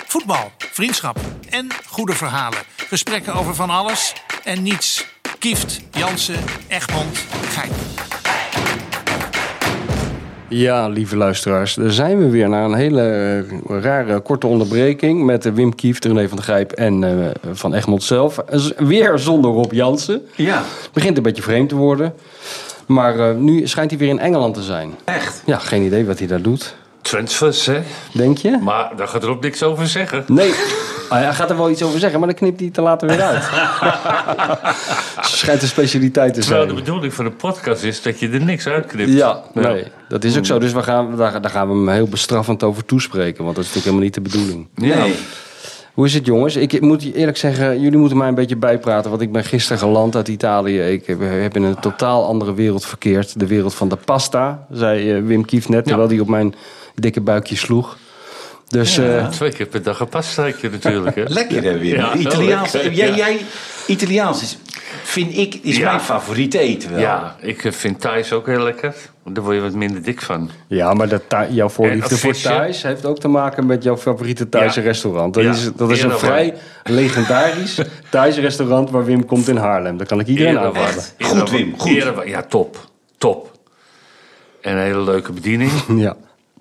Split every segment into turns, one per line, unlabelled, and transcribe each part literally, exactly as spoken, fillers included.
Voetbal, vriendschap en goede verhalen. Gesprekken over van alles en niets. Kieft, Jansen, Egmond, Geit.
Ja, lieve luisteraars, daar zijn we weer na een hele rare korte onderbreking met Wim Kieft, René van der Gijp en uh, van Egmond zelf. Weer zonder Rob Jansen.
Ja.
Het begint een beetje vreemd te worden. Maar uh, nu schijnt hij weer in Engeland te zijn.
Echt?
Ja, geen idee wat hij daar doet.
Transfers, hè?
Denk je?
Maar daar gaat Rob niks over zeggen.
Nee, hij gaat er wel iets over zeggen, maar dan knipt hij te later weer uit. Schijnt een specialiteit te zijn.
Terwijl de bedoeling van de podcast is dat je er niks uitknipt.
Ja, nee, dat is ook zo. Dus we gaan, daar, daar gaan we hem heel bestraffend over toespreken. Want dat is natuurlijk helemaal niet de bedoeling.
Ja.
Nee.
Hoe is het, jongens? Ik moet je eerlijk zeggen, jullie moeten mij een beetje bijpraten. Want ik ben gisteren geland uit Italië. Ik heb, heb in een totaal andere wereld verkeerd. De wereld van de pasta, zei uh, Wim Kieft net. Terwijl hij op mijn dikke buikje sloeg. Dus,
Ja,
uh,
twee keer per dag een pastaatje natuurlijk. Hè?
Lekker hè, Wim.
Ja,
Italiaans.
lekker,
jij,
ja.
jij, Italiaans is, vind ik, is
Ja.
mijn favoriete eten wel.
Ja, ik vind Thais ook heel lekker. Daar word je wat minder dik van.
ja, maar dat thu- jouw voorliefde
En
voor
adviesje?
thuis heeft ook te maken met jouw favoriete Thaise
Ja.
restaurant. Dat
Ja.
is, dat is een
Eerder
vrij legendarisch Thaise restaurant waar Wim komt in Haarlem. Dat kan ik iedereen
Eerder
aanraden.
wat.
Goed,
Eerder
Wim,
wat.
goed.
Eerder wat. Ja, top. Top. En een hele leuke bediening.
Ja.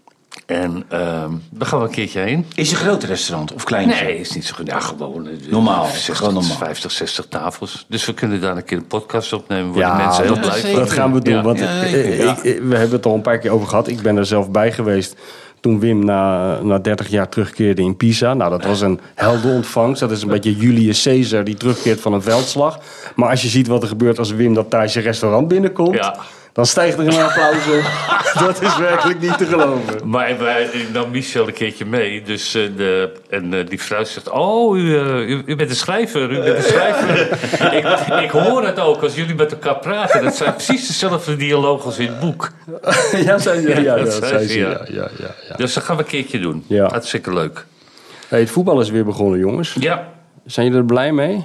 En ehm daar gaan we een keertje heen.
Is het een groot restaurant of klein?
Nee, is niet zo goed. Ja, gewoon. eh,
Normaal,
zestig,
gewoon normaal.
vijftig, zestig tafels. Dus we kunnen daar een keer een podcast opnemen. Worden
Ja,
mensen heel
dat,
blij
zeker.
van.
dat gaan we doen.
Ja.
Want
Ja,
ik-
zeker,
ik-
ja.
ik- we hebben het al een paar keer over gehad. Ik ben er zelf bij geweest toen Wim na, na dertig jaar terugkeerde in Pisa. Nou, dat was een heldenontvangst. Dat is een beetje Julius Caesar die terugkeert van een veldslag. Maar als je ziet wat er gebeurt als Wim dat Thaise restaurant binnenkomt...
Ja.
dan stijgt er een applaus op. Dat is werkelijk niet te geloven.
Maar wij nam Michel een keertje mee. Dus, eh, de, en eh, die vrouw zegt... Oh, u, eh, u, u bent een schrijver. U bent een schrijver. ik, ik hoor het ook als jullie met elkaar praten. Dat zijn precies dezelfde dialoog als in het boek.
Ja, zei, ja, ja,
dat
dat
zei
zei
ze,
ze.
ja.
Ja, ja, ja, ja.
Dus dat gaan we een keertje doen.
Ja.
Hartstikke leuk.
Hey, het voetbal is weer begonnen, jongens.
Ja.
Zijn jullie er blij mee?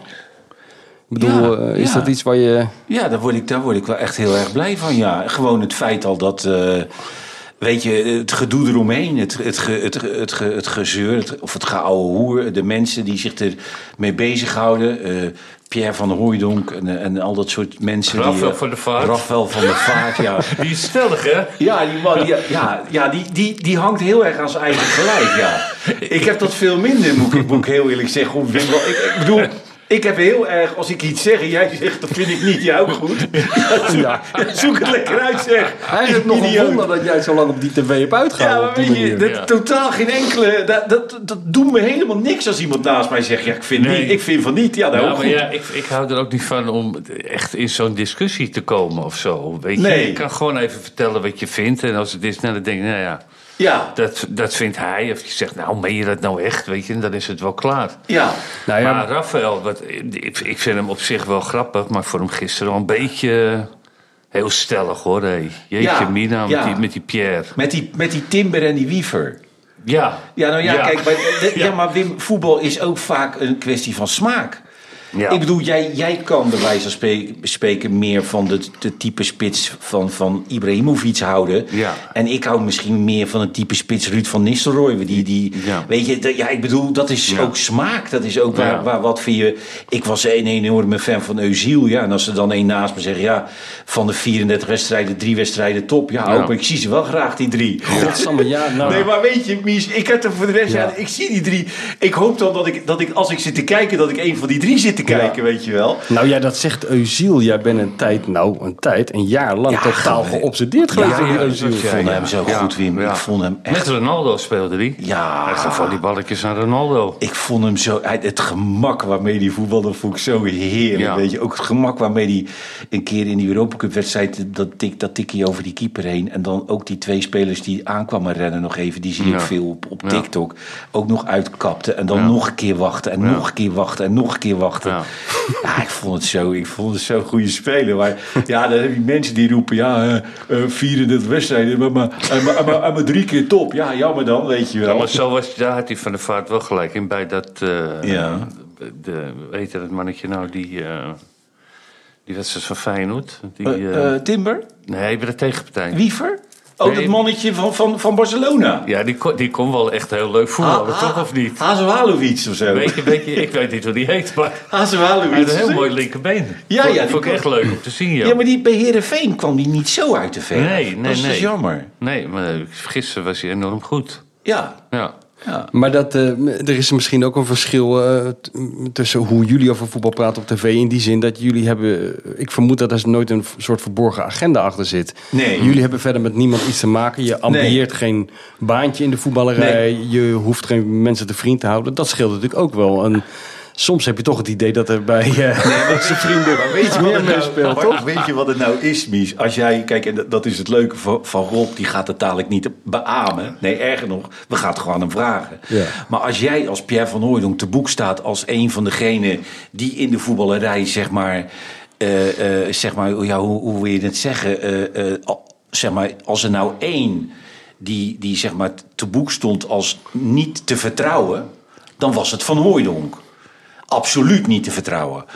Ik bedoel,
Ja,
eh, is
ja.
dat iets waar je...
Ja, daar word, ik, daar word ik wel echt heel erg blij van. Ja, gewoon het feit al dat, uh, weet je, het gedoe eromheen, het, het, ge, het, ge, het, ge, het gezeur, het, of het geouwe hoer, de mensen die zich ermee bezighouden. Uh, Pierre van Hooijdonk en, en al dat soort mensen.
Rafael
die,
van der Vaart.
Rafael van der Vaart, ja.
Die is stellig, hè?
Ja, die man, die, ja, ja die, die, die hangt heel erg aan zijn eigen gelijk, ja. Ik heb dat veel minder, moet ik, moet ik heel eerlijk zeggen. Of, ik, ik bedoel... Ik heb heel erg, als ik iets zeg en jij zegt, dat vind ik niet, jij ook goed. Ja, zoek het lekker uit, zeg.
Eigenlijk nog een
Idioot.
wonder dat jij zo lang op die tv hebt
Ja,
uitgehouden.
maar
op die
weet je,
manier.
dat,
Ja.
totaal geen enkele... Dat, dat, dat doet me helemaal niks als iemand naast mij zegt, ja, ik vind,
Nee.
niet, ik vind van niet. Ja, dat
Ja,
ook
maar
goed.
ja, ik, ik hou er ook niet van om echt in zo'n discussie te komen of zo. Weet je,
Nee.
je kan gewoon even vertellen wat je vindt. En als het is, nou, dan denk ik, nou ja,
Ja,
dat, dat vindt hij. Of je zegt, nou, meen je dat nou echt? Weet je, dan is het wel klaar.
ja.
Nou ja,
Maar Rafael, wat, ik, ik vind hem op zich wel grappig. Maar ik vond hem gisteren wel een beetje heel stellig, hoor. Hey. Jeetje,
Ja,
Mina, met,
ja.
die, met die Pierre.
Met die, met die Timber en die Wiever.
Ja.
Ja, nou ja,
Ja.
kijk, maar, de- ja.
Ja.
maar Wim, voetbal is ook vaak een kwestie van smaak.
Ja.
Ik bedoel, jij, jij kan bij wijze van spe- spreken meer van de, de type spits van, van Ibrahimovic houden.
Ja.
En ik hou misschien meer van het type spits Ruud van Nistelrooy. Die, die,
Ja.
Weet je, dat- ja, ik bedoel, dat is
Ja.
ook smaak. Dat is ook waar,
Ja.
waar wat vind je... Ik was een enorme fan van Özil. Ja, en als er dan één naast me zegt, ja, van de vierendertig wedstrijden, drie wedstrijden top. Ja,
Ja.
ook, ik zie ze wel graag, die drie.
godsamme, ja, nou...
Nee, maar weet je, Mies, ik heb er voor de rest, ja.
Ja.
ik zie die drie. Ik hoop dan dat ik, dat ik, als ik zit te kijken, dat ik een van die drie zit te kijken, weet je wel.
Nou ja, dat zegt Özil. Jij bent een tijd, nou een tijd, een jaar lang
Ja,
totaal
gewoon,
geobsedeerd geweest
ja,
door die
ja,
Özil.
Ik vond hem zo
Ja.
goed, Wim.
Ja.
Ik vond hem echt...
Met Ronaldo speelde hij.
Ja.
Hij gaf al die balletjes aan Ronaldo.
Ik vond hem zo... hij- Het gemak waarmee die voetbalde vond ik zo heerlijk,
Ja.
weet je. Ook het gemak waarmee die een keer in die Europa Cup wedstrijd... dat, tik, dat tikkie over die keeper heen. En dan ook die twee spelers die aankwamen rennen nog even. Die zie ik
Ja.
veel op, op
Ja.
TikTok. Ook nog uitkapte. En dan
Ja.
nog een keer wachten. En
Ja.
nog een keer wachten. En nog een keer wachten.
Ja.
Ja, ik vond het zo... Ik vond het zo'n goede speler. Maar ja, dan heb je mensen die roepen... Ja, uh, uh, vierendertig wedstrijden. Maar, maar, uh, maar, maar, maar drie keer top. Ja, jammer dan, weet je wel.
Ja, maar zo was, daar had hij Van der Vaart wel gelijk in. Bij dat... eh,
Ja.
De, weet je dat mannetje nou die... eh, die wedstrijd van Feyenoord. Die,
Uh,
eh,
uh, Timber?
nee, bij de tegenpartij.
Wiever? Oh,
Nee.
dat mannetje van, van, van Barcelona.
Ja, die kon, die kon wel echt heel leuk voetballen,
Ha-
toch
ha-
of niet?
Hazohalovic of zo.
Weet je, weet je, ik weet niet hoe die heet, maar
Hazohalovic.
hij had een heel mooi linkerbeen.
Ja,
Vond-
ja, die
vond ik
kon-
echt leuk om te zien, ja.
Ja, maar die, bij Heerenveen kwam die niet zo uit de verf.
Nee, nee,
dat is dus
nee.
jammer.
Nee, maar gisteren was hij enorm goed.
Ja.
Ja.
ja.
Maar dat, eh, er is misschien ook een verschil eh, t- tussen hoe jullie over voetbal praten op tv. In die zin dat jullie hebben... Ik vermoed dat er nooit een v- soort verborgen agenda achter zit.
Nee.
Jullie hebben verder met niemand iets te maken. Je ambieert geen baantje in de voetballerij.
Nee.
Je hoeft geen mensen te vriend te houden. Dat scheelt natuurlijk ook wel. En soms heb je toch het idee dat er bij uh, onze vrienden iets meer meespeelt,
maar
toch?
weet je wat het nou is, Mies? Als jij, kijk, en dat- dat is het leuke van, van Rob, die gaat het dadelijk niet beamen. Nee, erger nog, we gaan het gewoon hem vragen.
Ja.
Maar als jij als Pierre van Hooijdonk te boek staat als een van degenen die in de voetballerij, zeg maar, uh, uh, zeg maar, ja, hoe, hoe wil je het zeggen? Uh, uh, al- zeg maar, als er nou één die, die zeg maar te boek stond als niet te vertrouwen, dan was het Van Hooijdonk. Absoluut niet te vertrouwen.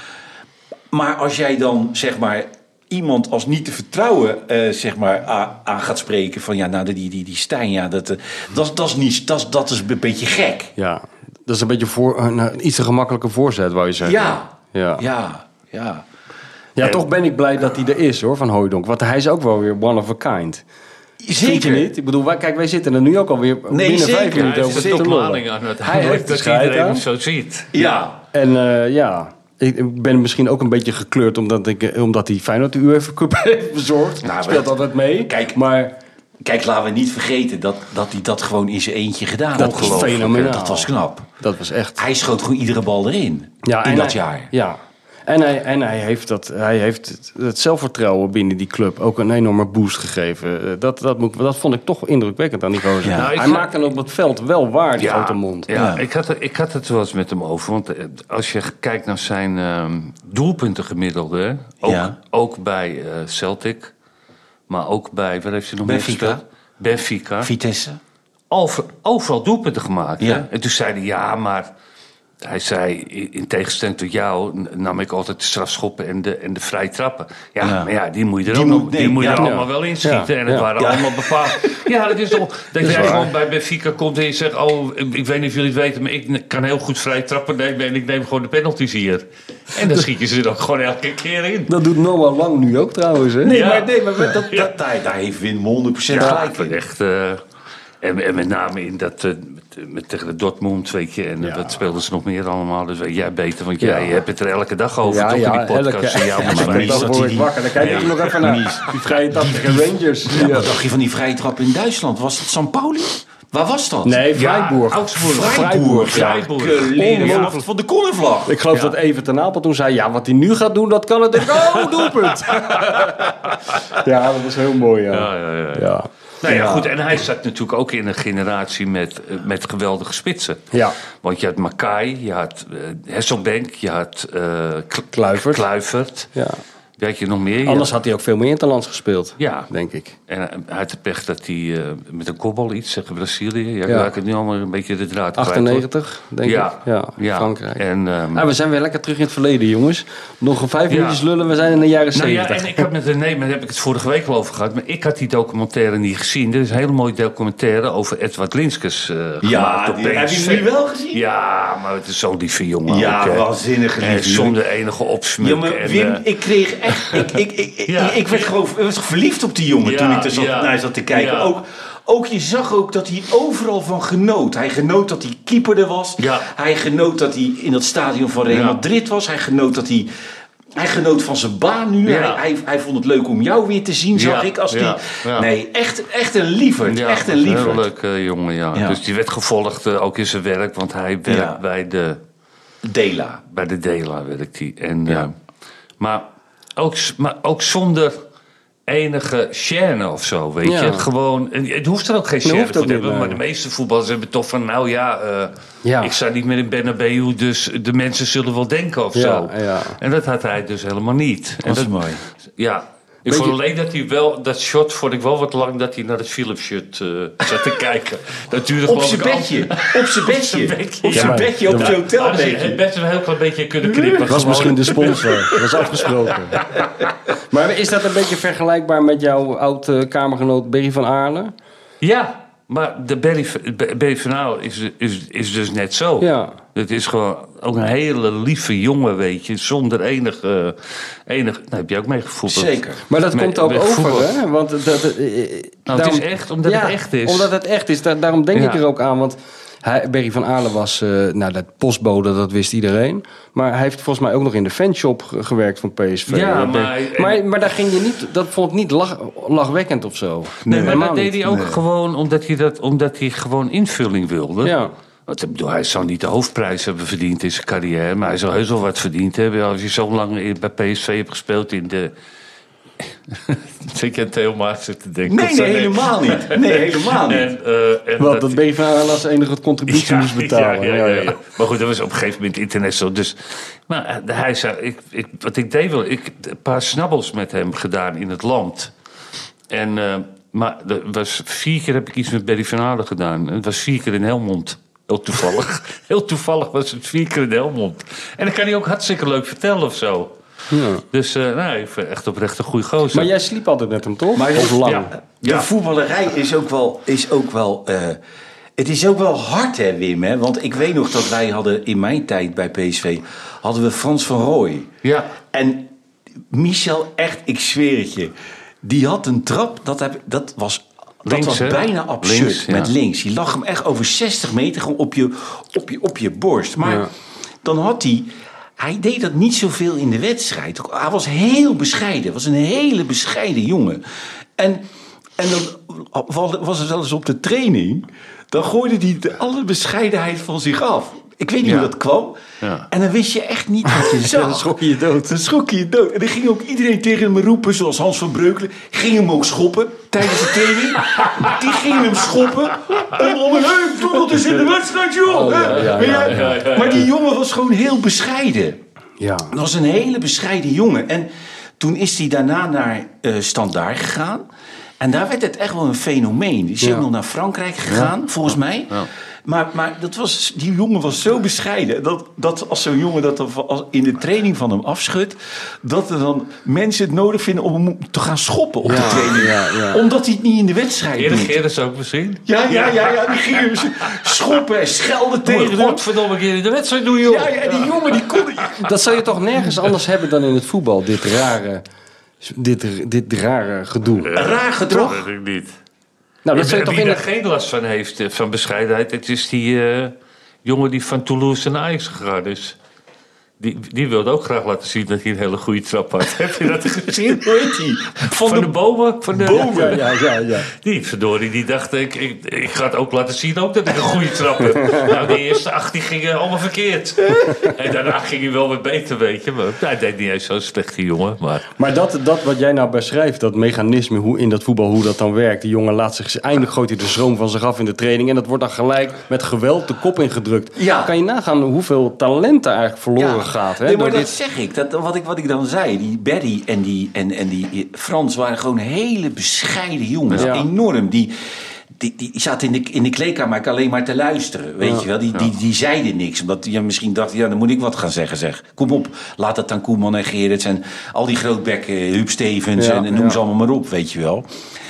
Maar als jij dan, zeg maar, iemand als niet te vertrouwen, eh, zeg maar, a- aan gaat spreken van, ja, nou, die, die, die Stijn, ja, dat, eh, dat, dat is niet, dat, is- dat is een beetje gek.
Ja, dat is een beetje voor, een, een iets te gemakkelijke voorzet, wou je zeggen.
Ja,
Ja.
ja, ja.
Ja, toch ben ik blij dat hij er is, hoor, Van Hooijdonk. Want hij is ook wel weer one of a kind. Vind je niet? Ik bedoel, wij, kijk, wij zitten er nu ook alweer
Nee,
binnen
zeker.
vijf
Ja,
minuten
het
over
is een
te lullen.
topmaling aan het
Hij heeft de
dat
scheid
iedereen
aan.
het zo ziet.
Ja.
En uh, ja, ik, ik ben misschien ook een beetje gekleurd omdat, ik, omdat die Feyenoord de UEFA Cup heeft bezorgd.
Nou,
Speelt
maar-
altijd mee.
Kijk,
maar
Kijk, laten we niet vergeten dat, dat hij dat gewoon in zijn eentje gedaan
dat
heeft.
was fenomenaal.
Dat was knap.
Dat was echt.
Hij schoot gewoon iedere bal erin.
Ja,
in
en
dat
hij-
jaar.
Ja. En hij, en hij heeft, dat, hij heeft het, het zelfvertrouwen binnen die club ook een enorme boost gegeven. Eh, Dat, dat, moet, dat vond ik toch indrukwekkend aan die gozer.
Ja.
Nou, ik
hij
ga-
maakte hem op het veld wel waar, die grote mond.
Ja,
Ja.
Ik, had, er- ik had het wel eens met hem over. Want eh, als je kijkt naar zijn ehm doelpunten gemiddelde, ook,
Ja.
ook bij eh, Celtic, maar ook bij, waar heeft hij nog meer
Benfica.
gespeeld? Benfica.
Vitesse.
Over, overal doelpunten gemaakt.
Ja.
Hè? En toen zei hij, ja, maar... Hij zei, in in tegenstelling tot jou n- nam ik altijd de strafschoppen en de, en de vrije trappen. Ja,
Ja.
maar ja, die moet je er,
Die
ook
moet-
nog,
nee,
die moet je
ja.
er allemaal
Ja.
wel inschieten.
Ja.
En het
Ja.
waren
Ja.
allemaal bepaald. Ja, dat is toch... Dat
is
jij
waar.
gewoon bij Benfica komt en je zegt... Oh, ik ik weet niet of jullie het weten, maar ik kan heel goed vrije trappen nemen en ik neem gewoon de penalties hier. En dan schiet je ze er ook gewoon elke keer in.
Dat doet Noah Lang nu ook trouwens. Hè?
Nee,
Ja.
maar, nee, maar dat, dat, daar, daar heeft Wim honderd procent
Ja,
gelijk
ik vind
in.
echt... eh, en, en met name in dat, eh, met, met tegen de Dortmund, weet je, en
Ja.
wat speelden ze nog meer allemaal. Dus weet jij beter, want
Ja.
jij hebt het er elke dag over, toch, in die podcast.
elke-
in jouw
elke
omschrijving.
Mies,
dag
dat
word
die-
ik wakker. Dan kijk ik
Ja.
er nog even naar.
Mies.
Die vrije trap tegen Rangers.
Ja,
Ja.
wat dacht je van die vrije trap in Duitsland? Was het San Pauli? Waar was dat?
Nee,
Ja,
Freiburg.
Augsburg.
Freiburg, ja.
Freiburg.
Geleden
Ongelooflijk.
vanaf van de cornervlag.
Ik geloof
Ja.
dat Even ten Apel toen zei... ja, wat hij nu gaat doen, dat kan het. Oh, doelpunt. Ja, dat was heel mooi, ja.
Ja, ja, ja.
Ja.
Nou ja,
Ja.
goed. En hij zat natuurlijk ook in een generatie met, eh, met geweldige spitsen.
Ja.
Want je had Makai, je had uh, Hasselbank, je had eh, Kl-
Kluivert.
Kluivert.
Ja.
Weet je nog meer? Je
Anders
had-
had hij ook veel meer interlands gespeeld,
Ja.
denk ik.
En hij had de pech dat hij eh, met een kopbal iets, zeggen Brazilië. Ja, ik
Ja.
raak het nu allemaal een beetje de draad kwijt, hoor.
achtennegentig, denk
Ja,
ik. Ja,
ja.
Frankrijk.
En, ehm,
Ah, we zijn weer lekker terug in het verleden, jongens. Nog een vijf
Ja.
minuutjes lullen, we zijn in de jaren
Nou ja,
zeventig.
en ik had met René, maar daar heb ik het vorige week al over gehad. Maar ik had die documentaire niet gezien. Er is een hele mooie documentaire over Edward Linskes uh, gemaakt op
die- heb je
P S V.
hem nu wel gezien?
Ja, maar het is zo'n lieve jongen.
Ja,
ook, hè.
waanzinnige
En
lieve
zonder enige opsmuk.
Ja, maar
en,
Wim,
eh,
ik kreeg echt... Ik, ik, ik, ik,
Ja.
ik werd gewoon ik was verliefd op die jongen
Ja,
toen ik er zat,
ja.
naar zat te kijken.
Ja.
Ook, ook, je zag ook dat hij overal van genoot. Hij genoot dat hij keeper er was.
Ja.
Hij genoot dat hij in dat stadion van Real
Ja.
Madrid was. Hij genoot dat hij... Hij genoot van zijn baan nu.
Ja.
Hij, hij, hij vond het leuk om jou weer te zien, zag
Ja,
ik. Als die,
ja, ja.
Nee, echt, echt een lieverd.
ja,
echt een
was
lieverd.
heel leuk eh, jongen, ja.
Ja.
Dus die werd gevolgd eh, ook in zijn werk. Want hij werkt
Ja.
bij de...
Dela.
Bij de Dela werkt hij. En,
Ja.
eh, maar, ook, s- maar ook zonder enige chaîne of zo, weet
Ja.
je. Gewoon, en het hoeft er ook geen
Dat
chaîne
hoeft
voor
ook
te
niet,
hebben. Maar
nee.
de meeste voetballers hebben toch van... Nou ja, eh,
Ja.
ik sta niet meer in Bernabeu, dus de mensen zullen wel denken of
Ja,
zo.
ja.
En dat had hij dus helemaal niet. En
Dat is mooi.
Ja. Ik vond alleen dat hij wel, dat shot vond ik wel wat lang dat hij naar het Philips shirt uh, zat te kijken. Dat duurde
op zijn bedje. Op zijn bedje. Op zijn bedje, op zijn hotelbedje.
Het best wel een heel klein beetje kunnen knippen.
Dat was misschien de sponsor. Dat was afgesproken. Maar is dat een beetje vergelijkbaar met jouw oud-kamergenoot Berry van Aarle?
Ja. Maar de Berry, Berry van Aarle is, is, is dus net zo.
Ja.
Het is gewoon ook een hele lieve jongen, weet je. Zonder enige... enige nou, heb je ook meegevoetbald.
Zeker.
Maar dat
met,
komt ook over,
voetbal.
hè? Want dat, dat,
nou,
daarom,
het is echt, omdat
ja,
het echt is.
Omdat het echt is. Daar, daarom denk
ja.
ik er ook aan. Want hij, Berry van Aarle was... Uh, nou, dat postbode, dat wist iedereen. Maar hij heeft volgens mij ook nog in de fanshop gewerkt van P S V.
Ja, maar,
maar, maar daar ging je niet... Dat vond ik niet lach, lachwekkend of zo.
Nee,
nee
maar dat deed
niet.
hij ook
nee.
gewoon omdat hij, dat, omdat hij gewoon invulling wilde.
Ja.
Want, ik bedoel, hij zal niet de hoofdprijs hebben verdiend in zijn carrière... maar hij zal heus wel wat verdiend hebben... als je zo lang bij P S V hebt gespeeld in de... Ik aan Theo Maas te denken.
Nee, nee, helemaal niet. Nee, helemaal niet.
En, uh, en
Wat, dat Berry van Aarle als enige contributie
ja,
moest betalen.
Ja, ja, ja, ja. Maar goed, dat was op een gegeven moment internet zo. Dus, maar hij zei, ik, ik, wat ik deed wel... Ik heb een paar snabbels met hem gedaan in het land. En... Uh, Maar er was, vier keer heb ik iets met Berry van Aarle gedaan. Het was vier keer in Helmond. Heel toevallig. Heel toevallig was het vier keer in Helmond. En dat kan hij ook hartstikke leuk vertellen of zo. Ja. Dus uh, nou, ik vind echt oprecht een goede gozer.
Maar jij sliep altijd met hem, toch?
Maar
of lang?
Ja, de ja. voetballerij is ook wel... Is ook wel uh, het is ook wel hard, hè, Wim? Hè? Want ik weet nog dat wij hadden in mijn tijd bij P S V... hadden we Frans van Rooij.
Ja.
En Michel, echt, ik zweer het je... Die had een trap, dat, heb, dat was, dat
links,
was bijna absurd
links, ja.
met links. Die lag hem echt over zestig meter gewoon op je, op je, op je borst. Maar ja. dan had hij... Hij deed dat niet zoveel in de wedstrijd. Hij was heel bescheiden. was een hele bescheiden jongen. En, en dan was het wel eens op de training... Dan gooide hij de alle bescheidenheid van zich af. Ik weet niet ja. hoe dat kwam. Ja. En dan wist je echt niet wat je zag.
Dan schrok je je dood.
Dan schrok je je dood. En dan ging ook iedereen tegen hem roepen, zoals Hans van Breukelen. Ging hem ook schoppen tijdens de training. Die gingen hem schoppen. Om, om een heup, toch, dat is in de wedstrijd, joh.
Oh, ja, ja,
maar, ja,
ja, ja, ja.
maar die jongen was gewoon heel bescheiden.
Ja.
Dat was een hele bescheiden jongen. En toen is hij daarna naar uh, Standaard gegaan. En daar werd het echt wel een fenomeen. Die is ja. ook nog naar Frankrijk gegaan, ja. volgens mij. Ja. Maar, maar dat was, die jongen was zo bescheiden. Dat, dat als zo'n jongen dat als in de training van hem afschudt... dat er dan mensen het nodig vinden om hem te gaan schoppen op ja. de training. Ja, ja. Omdat hij het niet in de wedstrijd
Erik
doet.
Gerrits ook misschien?
Ja, ja, ja, ja, die gingen schoppen en schelden tegen hem.
Godverdomme een keer in de wedstrijd doen, joh.
Ja, ja, die jongen die kon...
Dat zou je toch nergens anders hebben dan in het voetbal, dit rare... Dit, dit rare gedoe.
Uh, Raar gedrag.
Dat weet ik niet.
Nou, dat
en,
zou je
en
toch
wie
in
daar geen last van heeft, van bescheidenheid... het is die uh, jongen die van Toulouse naar Ajax gegaan is. Die, die wilde ook graag laten zien dat hij een hele goede trap had. Heb je dat gezien?
Hoe heet die?
Van, van de, de bomen? Van de
bomen.
Ja, ja, ja, ja.
Die, verdorie, die dacht, ik, ik, ik ga het ook laten zien ook dat ik een goede trap heb. Nou, de eerste acht die gingen allemaal verkeerd. En daarna ging hij wel weer beter, weet je. Maar hij deed niet eens zo slecht, die jongen. Maar,
maar dat, dat wat jij nou beschrijft, dat mechanisme hoe in dat voetbal, hoe dat dan werkt. Die jongen laat zich, eindelijk gooit hij de schroom van zich af in de training. En dat wordt dan gelijk met geweld de kop ingedrukt. Ja. Kan je nagaan hoeveel talent er eigenlijk verloren ja. gaat, hè?
Nee, maar dat dit... zeg ik. Dat, wat ik. Wat ik dan zei. Die Berry en die, en, en die Frans waren gewoon hele bescheiden jongens. Ja. Enorm. Die, die, die zaten in de, in de kleedkamer alleen maar te luisteren. Weet ja. je wel. Die, ja. die, die zeiden niks. Omdat je misschien dacht, ja, dan moet ik wat gaan zeggen. Zeg. Kom op. Laat het aan Koeman en Gerrits en al die grootbekken. Huub Stevens ja. en, en noem ja. ze allemaal maar op. Weet je wel.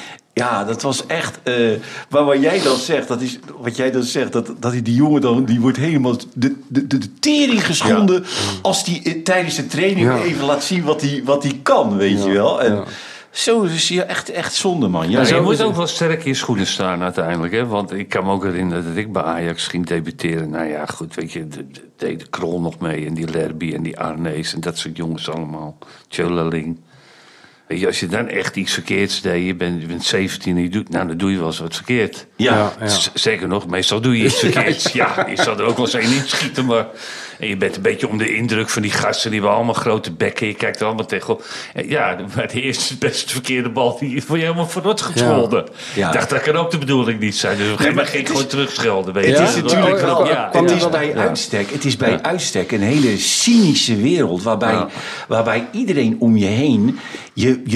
Ja, dat was echt... Uh, maar wat jij dan zegt, dat is, wat jij dan zegt, dat, dat die jongen dan, die wordt helemaal de, de, de, de tering geschonden ja. als die uh, tijdens de training ja. even laat zien wat hij wat die kan, weet ja. je wel. En ja. zo is je echt, echt zonde, man. Ja,
ja,
zo
je moet ook wel sterk in je schoenen staan uiteindelijk, hè. Want ik kan me ook herinneren dat ik bij Ajax ging debuteren. Nou ja, goed, weet je, deed de, de Krol nog mee en die Lerby en die Arnees en dat soort jongens allemaal. Tjöleling. Weet je, als je dan echt iets verkeerds deed, je bent, je bent zeventien en je doet, nou, dan doe je wel eens wat verkeerd.
Ja, ja, ja.
Z- zeker nog, meestal doe je iets verkeerds. Ja, ja, je zal er ook wel eens één inschieten, maar... En je bent een beetje onder de indruk van die gasten, die hebben allemaal grote bekken. Je kijkt er allemaal tegenop. Ja, maar de eerste beste verkeerde bal, die word je helemaal verrot gescholden. Ja. Ja. Ik dacht, dat kan ook de bedoeling niet zijn. Dus op een gegeven moment ging ik gewoon terugschelden. Weet je.
Het is ja? natuurlijk wel,
ja.
het is bij uitstek, het is bij ja. uitstek een hele cynische wereld, waarbij, ja. waarbij iedereen om je heen, je, je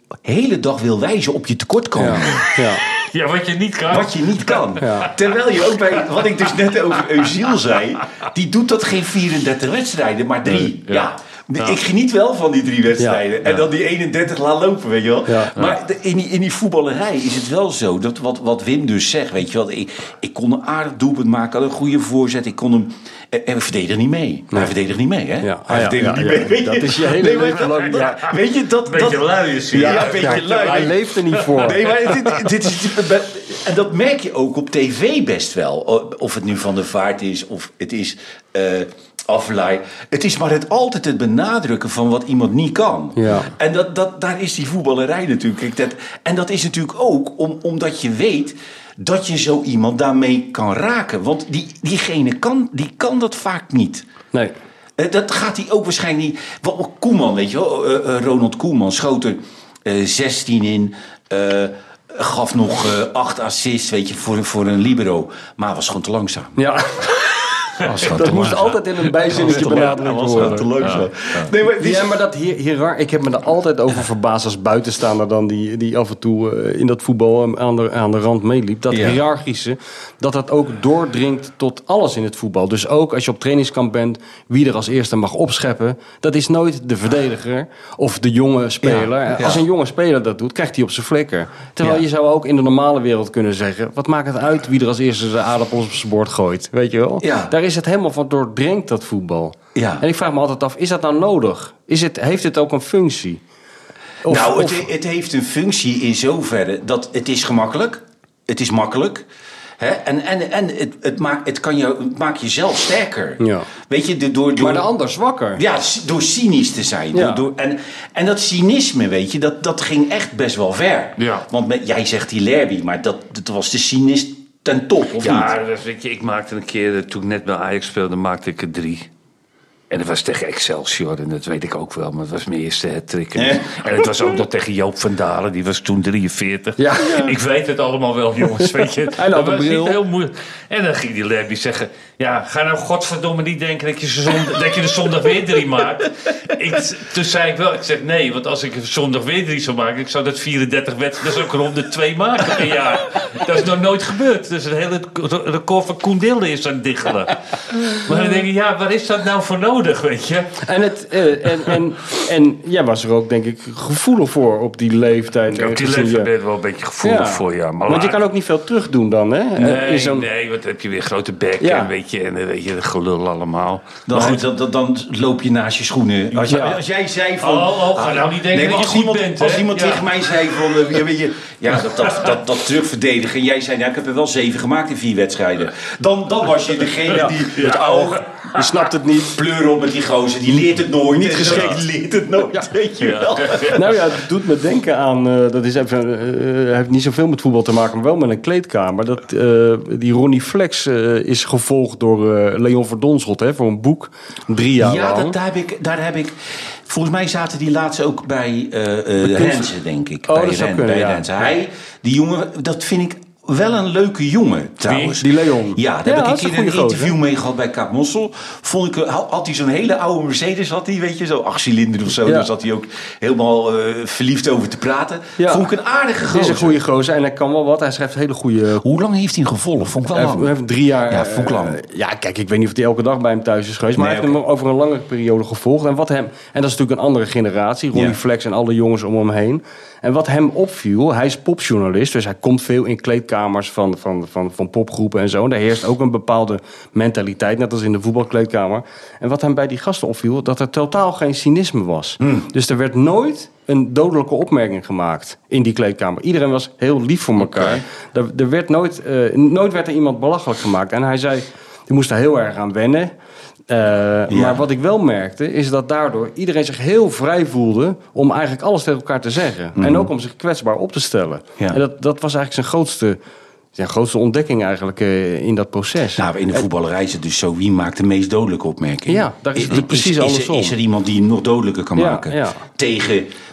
hele dag wil wijzen op je tekortkoming.
Ja. Ja.
Ja, wat je niet kan.
Wat je niet kan.
Ja.
Terwijl je ook bij, wat ik dus net over Özil zei, die doet dat geen vierendertig wedstrijden, maar drie. Ja. ja. Ja. Ik geniet wel van die drie wedstrijden. Ja. En dan die eenendertig laat lopen, weet je wel. Ja. Maar de, in, die, in die voetballerij is het wel zo. Dat wat, wat Wim dus zegt, weet je wel. Ik, ik kon een aardig doelpunt maken, had een goede voorzet. Ik kon hem... En we verdedigen niet mee. Nee. Hij verdedigt niet mee, hè?
Ja.
Hij verdedigt
ja,
niet
ja,
mee. Weet je?
Dat is je hele
nee,
leven lang. Ja.
Weet je, dat...
Beetje
dat,
lui is hij.
Ja,
ja,
een beetje
ja,
lui.
Hij leeft er niet voor.
Nee, maar dit, dit is... En dat merk je ook op tv best wel. Of het nu Van der Vaart is, of het is... Uh, Aflaai. Het is maar het altijd het benadrukken van wat iemand niet kan.
Ja.
En dat, dat, daar is die voetballerij natuurlijk. Dat, en dat is natuurlijk ook om, omdat je weet dat je zo iemand daarmee kan raken. Want die, diegene kan, die kan dat vaak niet.
Nee.
Uh, dat gaat hij ook waarschijnlijk niet. Wat, Koeman, weet je wel. Uh, uh, Ronald Koeman schoot er uh, zestien in. Uh, gaf nog uh, acht assists, weet je, voor, voor een libero. Maar was gewoon te langzaam.
Ja. Dat, dat moest altijd in een bijzinnetje benadrukt worden.
Ja, ja. Nee, maar,
ja, maar dat hier, hier, ik heb me er altijd over verbaasd als buitenstaander dan die, die af en toe uh, in dat voetbal aan de, aan de rand meeliep. Dat ja. hiërarchische, dat dat ook doordringt tot alles in het voetbal. Dus ook als je op trainingskamp bent, wie er als eerste mag opscheppen, dat is nooit de verdediger of de jonge speler. Ja, ja. Als een jonge speler dat doet, krijgt hij op zijn flikker. Terwijl ja. je zou ook in de normale wereld kunnen zeggen, wat maakt het uit wie er als eerste de aardappels op zijn bord gooit? Weet je wel? Ja. Daar is het helemaal van doordrenkt, dat voetbal. Ja. En ik vraag me altijd af, is dat nou nodig? Is het, heeft het ook een functie?
Of, nou, het, of... het heeft een functie in zoverre dat het is gemakkelijk. Het is makkelijk. Hè? En, en, en het, het, maakt, het, kan je, het maakt jezelf sterker. Ja. Weet je, door, door,
maar de ander zwakker.
Ja, door cynisch te zijn. Ja. Door, door, en, en dat cynisme, weet je, dat, dat ging echt best wel ver. Ja. Want met, jij zegt die Lerby, maar dat, dat was de cynist ten top, of
ja,
niet?
Ja, weet je, ik maakte een keer, toen ik net bij Ajax speelde, maakte ik er drie. En dat was tegen Excelsior, en dat weet ik ook wel, maar het was mijn eerste hat-trick. En, eh? en het was ook nog tegen Joop van Dalen, die was toen drieënveertig. Ja. Ik weet het allemaal wel, jongens, weet je.
Hij had een bril.
Heel moeilijk. En dan ging die Lerby zeggen, ja, ga nou godverdomme niet denken dat je, zondag, dat je de zondag weer drie maakt. Ik, toen zei ik wel, ik zeg nee, want als ik zondag weer drie zou maken, ik zou dat vierendertig wedstrijden, dat is ook rond de twee maken per jaar. Dat is nog nooit gebeurd. Dus het hele record van Koen Dilde is aan het diggelen. Maar dan denk ik, ja, waar is dat nou voor nodig, weet je?
En, het, uh, en, en, en jij was er ook, denk ik, gevoelig voor op die leeftijd.
Ja, op die leeftijd ben je wel een beetje gevoelig ja. voor, ja. Maar
want je kan ook niet veel terug doen dan, hè?
Nee, uh, zo'n... nee, want dan heb je weer grote bek ja. en weet je, en weet je, gelul allemaal.
Dan, goed, dan, dan, dan loop je naast je schoenen. Als, je, ja. als jij zei van...
Oh, oh ga nou niet denken nee, dat je goed
iemand,
bent,
Als
hè?
iemand
ja.
tegen mij zei van... Uh, weet je, ja, dat, dat, dat, dat terugverdedigen. En jij zei, nou, ik heb er wel zeven gemaakt in vier wedstrijden. Dan, dan was je degene ja. die ja. het oog...
Je snapt het niet.
Pleur op met die gozer. Die leert het nooit. Niet geschikt. Die leert het nooit. Ja. Weet je wel.
Ja. Nou ja, het doet me denken aan... Uh, dat is even, uh, heeft niet zoveel met voetbal te maken, maar wel met een kleedkamer. Dat, uh, die Ronnie Flex uh, is gevolgd door uh, Leon Verdonschot, hè, voor een boek. Drie jaar
ja,
lang.
Ja, daar heb ik... Daar heb ik volgens mij zaten die laatst ook bij uh, uh, Renze, denk ik.
Oh,
bij
dat zou
Ren,
kunnen,
bij
ja.
Renze. Hij, die jongen, dat vind ik... wel een leuke jongen, trouwens.
Die, die Leon.
Ja, daar
ja,
heb ik een, een interview
gozer.
mee gehad bij Kaap Mossel. Vond ik, had hij zo'n hele oude Mercedes, had hij, weet je, zo acht cilinder of zo. Ja. Daar zat hij ook helemaal uh, verliefd over te praten. Ja. Vond ik een aardige gozer.
Het is een goede gozer en hij kan wel wat. Hij schrijft hele goede...
Hoe lang heeft hij hem gevolgd? Vond ik wel lang.
Hij heeft drie jaar...
Ja, vond ik lang. Uh,
ja, kijk, ik weet niet of hij elke dag bij hem thuis is geweest. Maar nee, hij heeft okay. hem over een lange periode gevolgd. En, wat hem, en dat is natuurlijk een andere generatie. Ronnie ja. Flex en alle jongens om hem heen. En wat hem opviel, hij is popjournalist. Dus hij komt veel in kleedkamers van, van, van, van popgroepen en zo. En daar heerst ook een bepaalde mentaliteit, net als in de voetbalkleedkamer. En wat hem bij die gasten opviel, dat er totaal geen cynisme was. Hmm. Dus er werd nooit een dodelijke opmerking gemaakt in die kleedkamer. Iedereen was heel lief voor elkaar. Okay. Er, er werd nooit, uh, nooit werd er iemand belachelijk gemaakt. En hij zei, die moest daar heel erg aan wennen. Uh, ja. Maar wat ik wel merkte, is dat daardoor iedereen zich heel vrij voelde om eigenlijk alles tegen elkaar te zeggen. Mm. En ook om zich kwetsbaar op te stellen. Ja. En dat, dat was eigenlijk zijn grootste, zijn grootste ontdekking eigenlijk uh, in dat proces.
Nou, in de voetballerij is het dus zo, wie maakt de meest dodelijke opmerking?
Ja, daar is het
is,
precies
is,
andersom.
Is er, is er iemand die hem nog dodelijker kan
ja,
maken?
Ja.
Tegen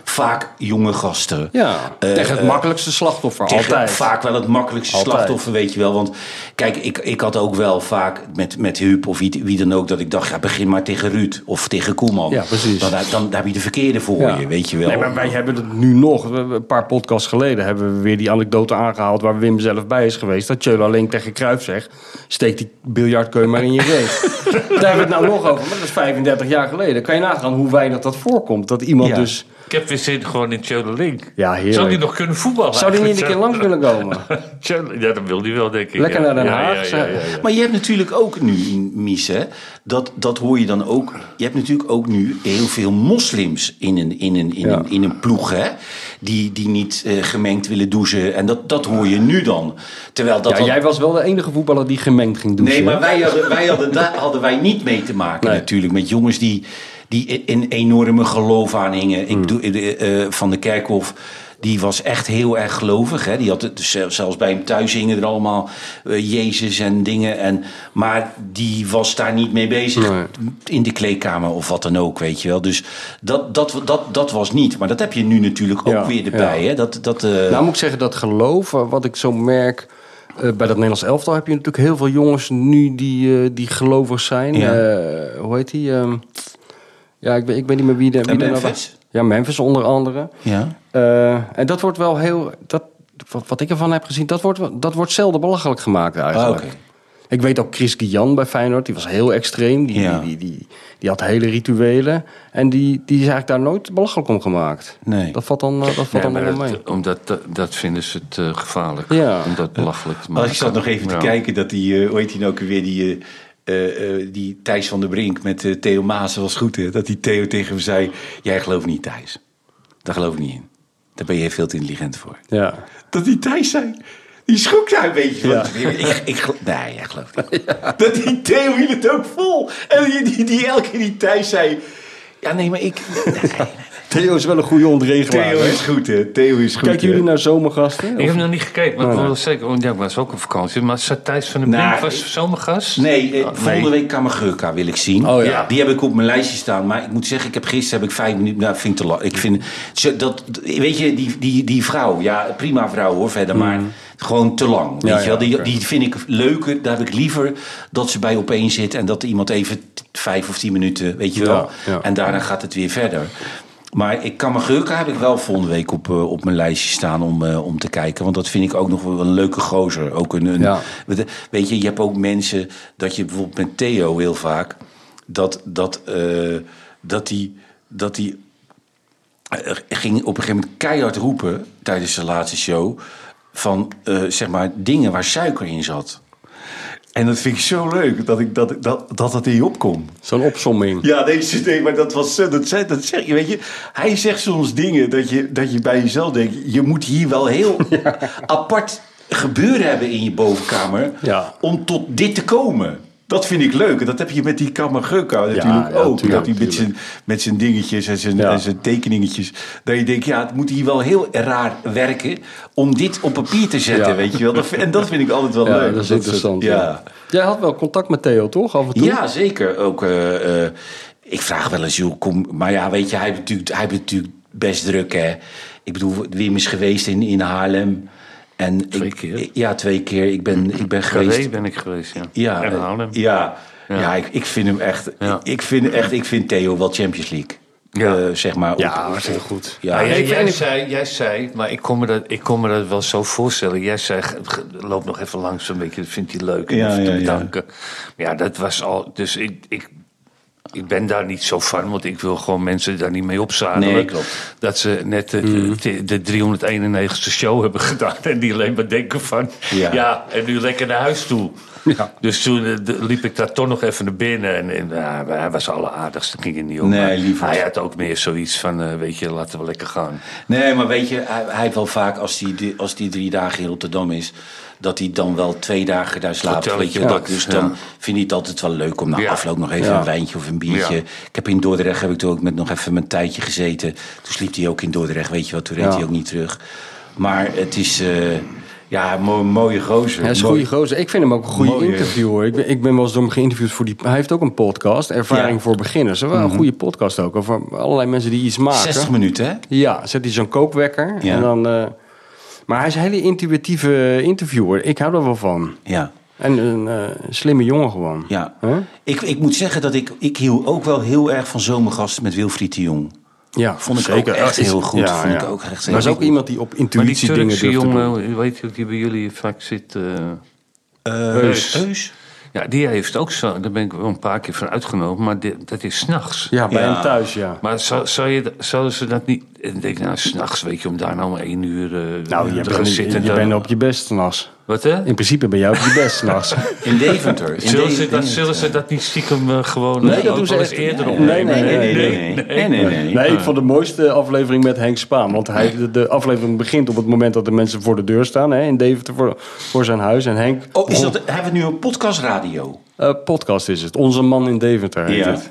vaak jonge gasten.
Ja,
Uh,
tegen het makkelijkste slachtoffer,
tegen
altijd.
Vaak wel het makkelijkste
Altijd.
slachtoffer, weet je wel. Want kijk, ik, ik had ook wel vaak met, met Huub of wie, wie dan ook... dat ik dacht, ja, begin maar tegen Ruud of tegen Koeman.
Ja, precies.
Dan, dan, dan heb je de verkeerde voor
Ja.
je, weet je wel.
Nee, maar wij hebben het nu nog. Een paar podcasts geleden hebben we weer die anekdote aangehaald... waar Wim zelf bij is geweest. Dat Tjöla Link tegen Cruijff zegt... steek die biljartkeun maar in je reet. Daar hebben we het nou nog over. Maar dat is vijfendertig jaar geleden. Kan je nagaan hoe weinig dat voorkomt. Dat iemand
Ja.
dus...
Ik heb weer zin gewoon in Tjöla Link.
Ja, heerlijk.
Zou die nog kunnen voetballen?
Zou die niet een keer
eigenlijk?
langs willen komen?
Tjöla- Ja, dat wil die wel, denk ik.
Lekker
ja.
naar Den
Ja,
Haag,
Ja, ja, ja, ja, ja.
Maar je hebt natuurlijk ook nu, Mies, hè, dat, dat hoor je dan ook... Je hebt natuurlijk ook nu heel veel moslims in een, in een, in
Ja.
een, in een ploeg, hè. Die, die niet uh, gemengd willen douchen. En dat, dat hoor je nu dan. Terwijl dat
Ja,
dan-
jij was wel de enige voetballer die gemengd ging douchen.
Nee, maar
hè?
wij hadden, wij hadden, daar hadden wij niet mee te maken
Nee.
natuurlijk. Met jongens die, die een enorme geloof aanhingen.
Hmm.
Ik doe, uh, Van de Kerkhof, die was echt heel erg gelovig. Hè? Die had het, dus zelfs bij hem thuis hingen er allemaal uh, Jezus en dingen. En, maar die was daar niet mee bezig.
Nee.
In de kleedkamer of wat dan ook, weet je wel. Dus dat, dat, dat, dat was niet. Maar dat heb je nu natuurlijk ook
Ja,
weer erbij.
ja.
Hè? Dat, dat, uh...
Nou moet ik zeggen, dat geloof, uh, wat ik zo merk... Uh, bij dat Nederlands elftal heb je natuurlijk heel veel jongens nu die, uh, die gelovig zijn.
Ja.
Uh, hoe heet die? Um, ja, ik weet, ik weet niet meer wie de... Wie
En
de
Memphis?
Ja, Memphis onder andere.
Ja.
Uh, en dat wordt wel heel... Dat, wat, wat ik ervan heb gezien, dat wordt, dat wordt zelden belachelijk gemaakt eigenlijk.
Ah, okay.
Ik weet ook Chris Guillan bij Feyenoord, die was heel extreem. Die,
Ja.
die, die, die, die had hele rituelen. En die, die is eigenlijk daar nooit belachelijk om gemaakt.
Nee.
Dat valt dan, uh, dat valt
Nee,
dan
maar
wel
dat,
mee.
omdat dat, dat vinden ze het uh, gevaarlijk.
Ja.
Om dat belachelijk te maken.
Als ik zat nog even te
Ja.
kijken dat die, uh, hoe heet die nou ook weer, die, uh, uh, die Thijs van der Brink met uh, Theo Maas was goed, hè? Dat die Theo tegen hem zei, jij gelooft niet Thijs. Daar geloof ik niet in. Daar ben je veel te intelligent voor.
Ja.
Dat die Thijs zei, die schrok daar een beetje van.
Ja.
Ik, ik, gel- nee, jij gelooft niet. Ja. Dat die Theo hield het ook vol. En die, die, die elke keer die Thijs zei, ja nee, maar ik... Nee, nee.
Theo is wel een goede ontregelaar.
Theo
hè?
is goed, hè. Theo is goed.
Kijken
hè.
jullie naar zomergasten?
Ik heb nog niet gekeken, maar
Oh,
ik wil
nee.
wel zeker. Want ja, ik was ook op vakantie. Maar Thijs van den Brink
Nou,
was zomergast?
Nee, eh,
Ah,
volgende week Kamagurka wil ik zien.
Oh, ja.
Die heb ik op mijn lijstje staan. Maar ik moet zeggen, ik heb gisteren heb ik vijf minuten... Nou, vind ik te lang. Ik vind... zo- Dat, weet je, die, die, die vrouw... Ja, prima vrouw hoor, verder. Maar gewoon te lang. Weet
Ja,
je wel?
ja,
Die,
oké.
die vind ik leuker. Daar heb ik liever dat ze bij opeen zit... en dat iemand even t- vijf of tien minuten... Weet je wel?
Ja, ja.
En daarna gaat het weer verder. Maar ik Kamagurka heb ik wel volgende week op, uh, op mijn lijstje staan om, uh, om te kijken. Want dat vind ik ook nog wel een leuke gozer. Ook een, een,
Ja.
Weet je, je hebt ook mensen dat je bijvoorbeeld met Theo heel vaak... dat, dat, uh, dat die... Dat die uh, ging op een gegeven moment keihard roepen tijdens de laatste show... van uh, zeg maar dingen waar suiker in zat. En dat vind ik zo leuk, dat ik, dat, dat, dat het in je opkomt.
Zo'n opsomming.
Ja, deze nee, maar dat was zo. Dat, zei- dat zeg je, weet je. Hij zegt soms dingen dat je, dat je bij jezelf denkt. Je moet hier wel heel apart gebeuren hebben in je bovenkamer.
Ja.
Om tot dit te komen. Dat vind ik leuk. En dat heb je met die Kamagurka natuurlijk
ja,
ook.
tuurlijk,
dat hij met
tuurlijk.
zijn, met zijn dingetjes en zijn,
Ja.
en zijn tekeningetjes. Dat je denkt, ja, het moet hier wel heel raar werken. Om dit op papier te zetten,
Ja.
weet je wel. Dat, en dat vind ik altijd wel
Ja,
leuk.
dat is
soort-
interessant.
ja.
Ja. Jij had wel contact met Theo, toch? Af en toe?
Ja, zeker. Ook, uh, uh, ik vraag wel eens, joh, kom... Maar ja, weet je, hij heeft natuurlijk, hij heeft natuurlijk best druk, hè. Ik bedoel, Wim is geweest in, in Haarlem. En
Twee
ik,
keer?
Ja, twee keer. Ik ben, ik ben geweest...
Carré ben ik geweest, ja.
Ja,
En
eh,
Haarlem.
ja, ja.
Ja.
ik, ik vind hem echt...
Ja.
Ik, vind echt... Ik vind Theo wel Champions League.
Ja.
Uh, zeg maar.
Ja,
op-
hartstikke goed.
Ja,
Nou, jij,
ik-
jij,
en ik-
zei, jij zei, maar ik kon, me dat, ik kon me dat wel zo voorstellen. Jij zei, ge- ge- loop nog even langs een beetje, dat vindt hij leuk. En
Ja,
even
ja,
te
ja.
bedanken. Ja. ja, dat was al... Dus ik, ik, ik ben daar niet zo van, want ik wil gewoon mensen daar niet mee opzadelen.
Nee, klopt.
Dat ze net de, de, de driehonderdeenennegentigste show hebben gedaan. En die alleen maar denken van,
Ja.
ja, en nu lekker naar huis toe.
Ja.
Dus toen eh, de- liep ik daar toch nog even naar binnen. En, en ja, hij was alleraardigste, ging er niet om.
Nee,
Maar
liever.
hij had ook meer zoiets van, eh, weet je, laten we lekker gaan.
Nee, maar weet je, hij, hij heeft wel vaak, als hij die, als die drie dagen in Rotterdam is... dat hij dan wel twee dagen daar slaapt.
Hotelletje
Weet je,
pakt,
dus dan
ja.
vind hij het altijd wel leuk om na
Ja.
afloop nog even
Ja.
een wijntje of een biertje.
Ja.
Ik heb in Dordrecht heb ik toen ook met nog even mijn tijdje gezeten. Toen sliep hij ook in Dordrecht, weet je wat, toen reed
Ja.
hij ook niet terug. Maar het is... Uh, Ja, mo- mooie gozer.
Hij is een
Mooi.
goede gozer. Ik vind hem ook een goede
Mooie-
interviewer. Ik ben, ik ben wel eens door hem geïnterviewd voor die... Hij heeft ook een podcast, Ervaring
Ja.
voor Beginners. Wel een goede podcast ook, over allerlei mensen die iets maken.
zestig minuten, hè?
Ja, zet hij zo'n kookwekker.
Ja.
En dan, uh, maar hij is een hele intuïtieve interviewer. Ik hou er wel van.
Ja.
En een uh, slimme jongen gewoon.
Ja.
Huh?
Ik, ik moet zeggen dat ik, ik hield ook wel heel erg van Zomergasten met Wilfried de Jong.
Ja,
Vond ik
zeker.
ook echt
Is-
heel goed.
ja,
Vond
ja.
ik ook echt heel
Maar is ook
goed.
iemand die op
Maar die
intuïtie dingen
Turkse
durft te doen.
jongen, weet je die bij jullie vaak zit... Uh,
Uh,
Heus.
Heus?
ja, die heeft ook zo... Daar ben ik wel een paar keer van uitgenomen. Maar dit, dat is 's nachts.
Ja, bij
Ja.
hem thuis, ja.
Maar zou, zou je, zouden ze dat niet... Ik denk, nou, s'nachts weet je, om daar nou maar één uur uh,
Nou,
te
je,
gaan
bent,
zitten.
je
dan-
bent op je best s'nachts.
Wat, hè?
In principe ben jij op je best s'nachts.
In Deventer. In
Zullen ze,
Deventer.
dat, zullen ze dat niet stiekem uh, gewoon...
Nee,
uh,
dat
ook
doen ze
wel eens
echt-
eerder
nee,
opnemen?
nee,
Nee, nee, nee. nee, nee, nee, nee.
Nee, ik vond de mooiste aflevering met Henk Spaan. Want hij, de, de aflevering begint op het moment dat de mensen voor de deur staan. Hè, in Deventer voor, voor zijn huis. En Henk...
Oh, is dat, hebben we nu een podcastradio?
Uh, podcast is het. Onze man in Deventer heet
Ja.
het.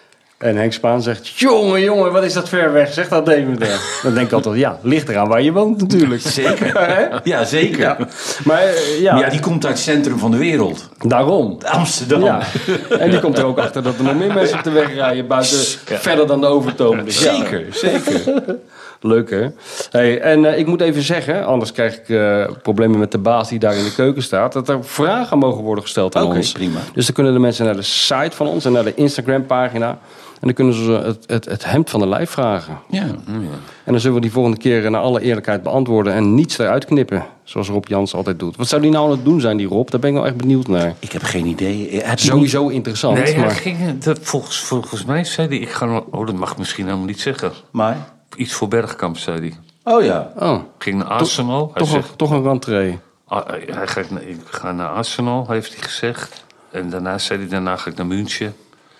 En Henk Spaan zegt... Jongen, jongen, wat is dat ver weg? Zeg dat Deventer. Dan denk ik altijd... Ja, ligt eraan waar je woont natuurlijk.
Zeker.
Hè?
Ja, zeker.
Ja. Maar uh, ja,
Ja, die komt uit het centrum van de wereld.
daarom.
Amsterdam.
Ja. En die komt er ook achter dat er nog meer mensen op de weg rijden... buiten verder dan de Overtoom. Dus ja.
Zeker, zeker.
Leuk, hè? Hey, en uh, ik moet even zeggen, anders krijg ik uh, problemen met de baas die daar in de keuken staat, dat er vragen mogen worden gesteld aan
Oké,
ons.
prima.
Dus dan kunnen de mensen naar de site van ons en naar de Instagram-pagina. En dan kunnen ze het, het, het hemd van de lijf vragen.
Ja.
En dan zullen we die volgende keer naar alle eerlijkheid beantwoorden en niets eruit knippen. Zoals Rob Jans altijd doet. Wat zou die nou aan het doen zijn, die Rob? Daar ben ik wel echt benieuwd naar.
Ik heb geen idee. Heb je niet-
Sowieso interessant.
Nee, hij
maar...
ging, dat, volgens, volgens mij zei hij... Ik ga, nog- oh, dat mag ik misschien helemaal niet zeggen.
Maar?
Iets voor Bergkamp, zei hij.
Oh ja.
Oh,
Ging naar Arsenal. Hij
toch,
zegt,
een, toch een rentree.
ah, hij gaat, naar- ik ga naar Arsenal, heeft hij gezegd. En daarna zei hij, daarna ga ik naar München.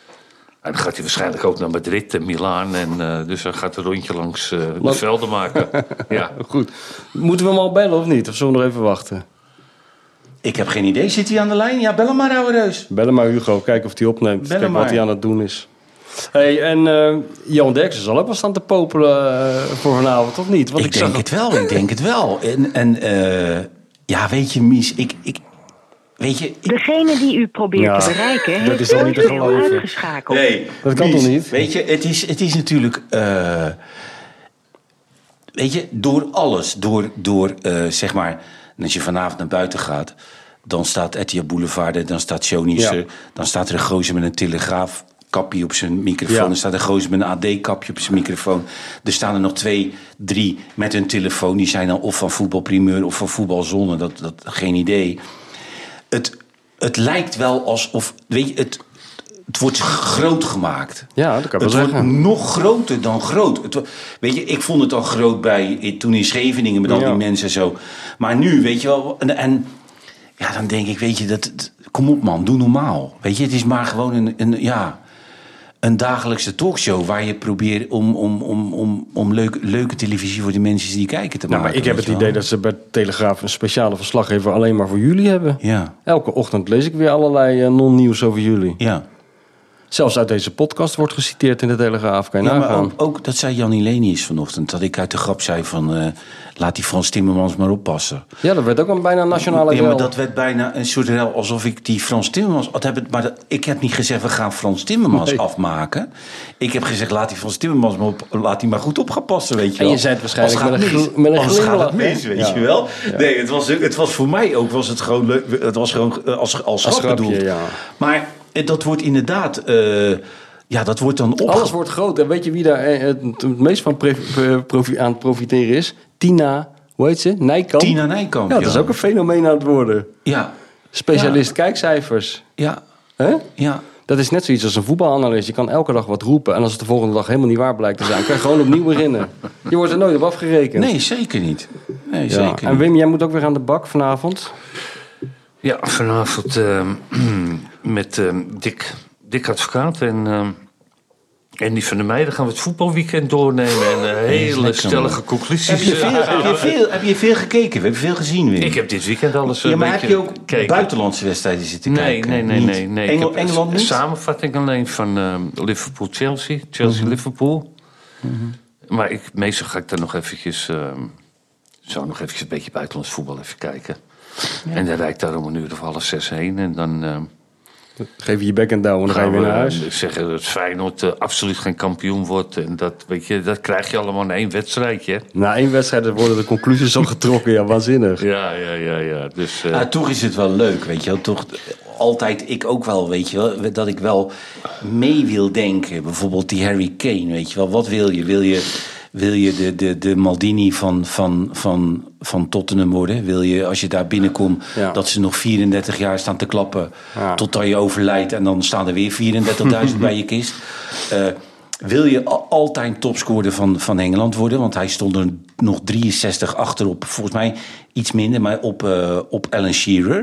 En dan gaat hij waarschijnlijk ook naar Madrid en Milaan. En, uh, dus hij gaat een rondje langs uh, de
Lang-
velden maken. Ja.
Goed. Moeten we hem al bellen of niet? Of zullen we nog even wachten?
Ik heb geen idee. Zit hij aan de lijn? Ja, bel hem maar, ouwe reus.
Bel hem maar Hugo, kijken of hij opneemt.
Bel hem
Kijk wat
maar.
hij aan het doen is. Hey, en uh, Jan Derksen zal ook wel staan te popelen uh, voor vanavond, of niet? Want
Ik denk het wel, ik denk het wel. En, en uh, ja, weet je, Mies, ik... ik weet je... Ik,
Degene die u probeert
Ja,
te bereiken,
dat
heeft
is toch niet te
voicemail
geloven?
uitgeschakeld.
nee,
Dat kan
Mies,
toch niet?
Weet je, het is, het is natuurlijk... Uh, weet je, door alles, door, door uh, zeg maar... Als je vanavond naar buiten gaat, dan staat Etihad Boulevard, dan staat Shownieuws er,
Ja.
dan staat er een gozer met een telegraaf... kapje op zijn microfoon.
Ja.
Er staat een gozer met een A D-kapje op zijn microfoon. Er staan er nog twee, drie met hun telefoon. Die zijn dan of van Voetbalprimeur of van Voetbalzone. Dat, dat, geen idee. Het, het lijkt wel alsof... Weet je, het, het wordt groot gemaakt.
Ja, dat kan ik
Het
wel
wordt
zeggen.
nog groter dan groot. Het, wo- weet je, ik vond het al groot bij... Toen in Scheveningen met al
Ja.
die mensen en zo. Maar nu, weet je wel... En, en ja, dan denk ik, weet je... Dat, het- kom op man, doe normaal. Weet je, het is maar gewoon een... een ja, een dagelijkse talkshow waar je probeert om, om, om, om, om leuke, leuke televisie voor de mensen die kijken te
Nou,
maken.
maar ik heb
weet
het
je
idee
wel.
dat ze bij Telegraaf een speciale verslaggever alleen maar voor jullie hebben.
Ja,
Elke ochtend lees ik weer allerlei uh, non-nieuws over jullie.
ja.
Zelfs uit deze podcast wordt geciteerd in de Telegraaf. Kan je
ja maar
nagaan.
ook, ook, dat zei Jan Lenius vanochtend. Dat ik uit de grap zei van... Uh, laat die Frans Timmermans maar oppassen.
Ja, dat werd ook een bijna nationale
Ja, maar
rel.
dat werd bijna een soort rel alsof ik die Frans Timmermans... had hebben, maar dat, ik heb niet gezegd, we gaan Frans Timmermans
Nee.
afmaken. Ik heb gezegd, laat die Frans Timmermans maar, op, laat die maar goed op gaan passen, weet je
En
wel.
je zei het waarschijnlijk
Als
met
gaat
een
mis.
gl- met een
Anders gaat
glimlach,
het mis,
hè?
weet
Ja.
je wel. Nee, het was, het was voor mij ook was het gewoon leuk. Het was gewoon uh, als, als,
Als
grap
grapje,
bedoeld.
ja.
Maar eh, dat wordt inderdaad... Uh, ja, dat wordt dan opge...
Alles wordt groot. En weet je wie daar eh, het, het meest van pre- pre- profi- aan het profiteren is? Tina, hoe heet ze? Nijkamp.
Tina Nijkamp,
Ja, dat is
ja.
ook een fenomeen aan het worden.
Ja,
Specialist kijkcijfers.
ja,
Hè?
ja.
Dat is net zoiets als een voetbalanalist. Je kan elke dag wat roepen. En als het de volgende dag helemaal niet waar blijkt te zijn... kan je gewoon opnieuw beginnen. Je wordt er nooit op afgerekend.
Nee, zeker niet. Nee,
Ja.
zeker
En
niet.
Wim, jij moet ook weer aan de bak vanavond.
Ja, vanavond uh, met uh, Dick, Dick Advocaat en, uh, en die van de meiden gaan we het voetbalweekend doornemen. En uh, hele
lekker,
stellige
man.
conclusies.
Heb je, veel, heb, je veel, heb je veel gekeken? We hebben veel gezien, Wim.
Ik heb dit weekend alles een
ja, maar heb
beetje
je ook
gekeken.
buitenlandse wedstrijden zitten
Nee,
kijken?
nee, nee,
Niet?
nee. nee.
Engel,
Ik heb
Engeland
een
niet?
samenvatting alleen van uh, Liverpool-Chelsea. Chelsea-Liverpool. Maar ik, meestal ga ik daar nog eventjes... Uh, Zo nog even een beetje buitenlands voetbal even kijken. Ja. En dan rijd ik daar om een uur of half zes heen. En dan... Uh,
geef je je bek en douw en dan ga je weer naar huis.
Ik zeg dat Feyenoord uh, absoluut geen kampioen wordt. En dat, weet je, dat krijg je allemaal in één wedstrijdje.
Na één wedstrijd worden de conclusies al getrokken. Ja, waanzinnig.
Ja, ja, ja. ja. Dus, uh...
ah, toch is het wel leuk, weet je wel. Toch altijd, ik ook wel, weet je wel. Dat ik wel mee wil denken. Bijvoorbeeld die Harry Kane, weet je wel. Wat wil je? Wil je... Wil je de, de, de Maldini van, van, van, van Tottenham worden? Wil je, als je daar binnenkomt, ja. dat ze nog vierendertig jaar staan te klappen... Ja. totdat je overlijdt en dan staan er weer vierendertigduizend bij je kist? Uh, wil je altijd topscorer van, van Engeland worden? Want hij stond er nog drieënzestig achterop. Volgens mij iets minder, maar op, uh, op Alan Shearer.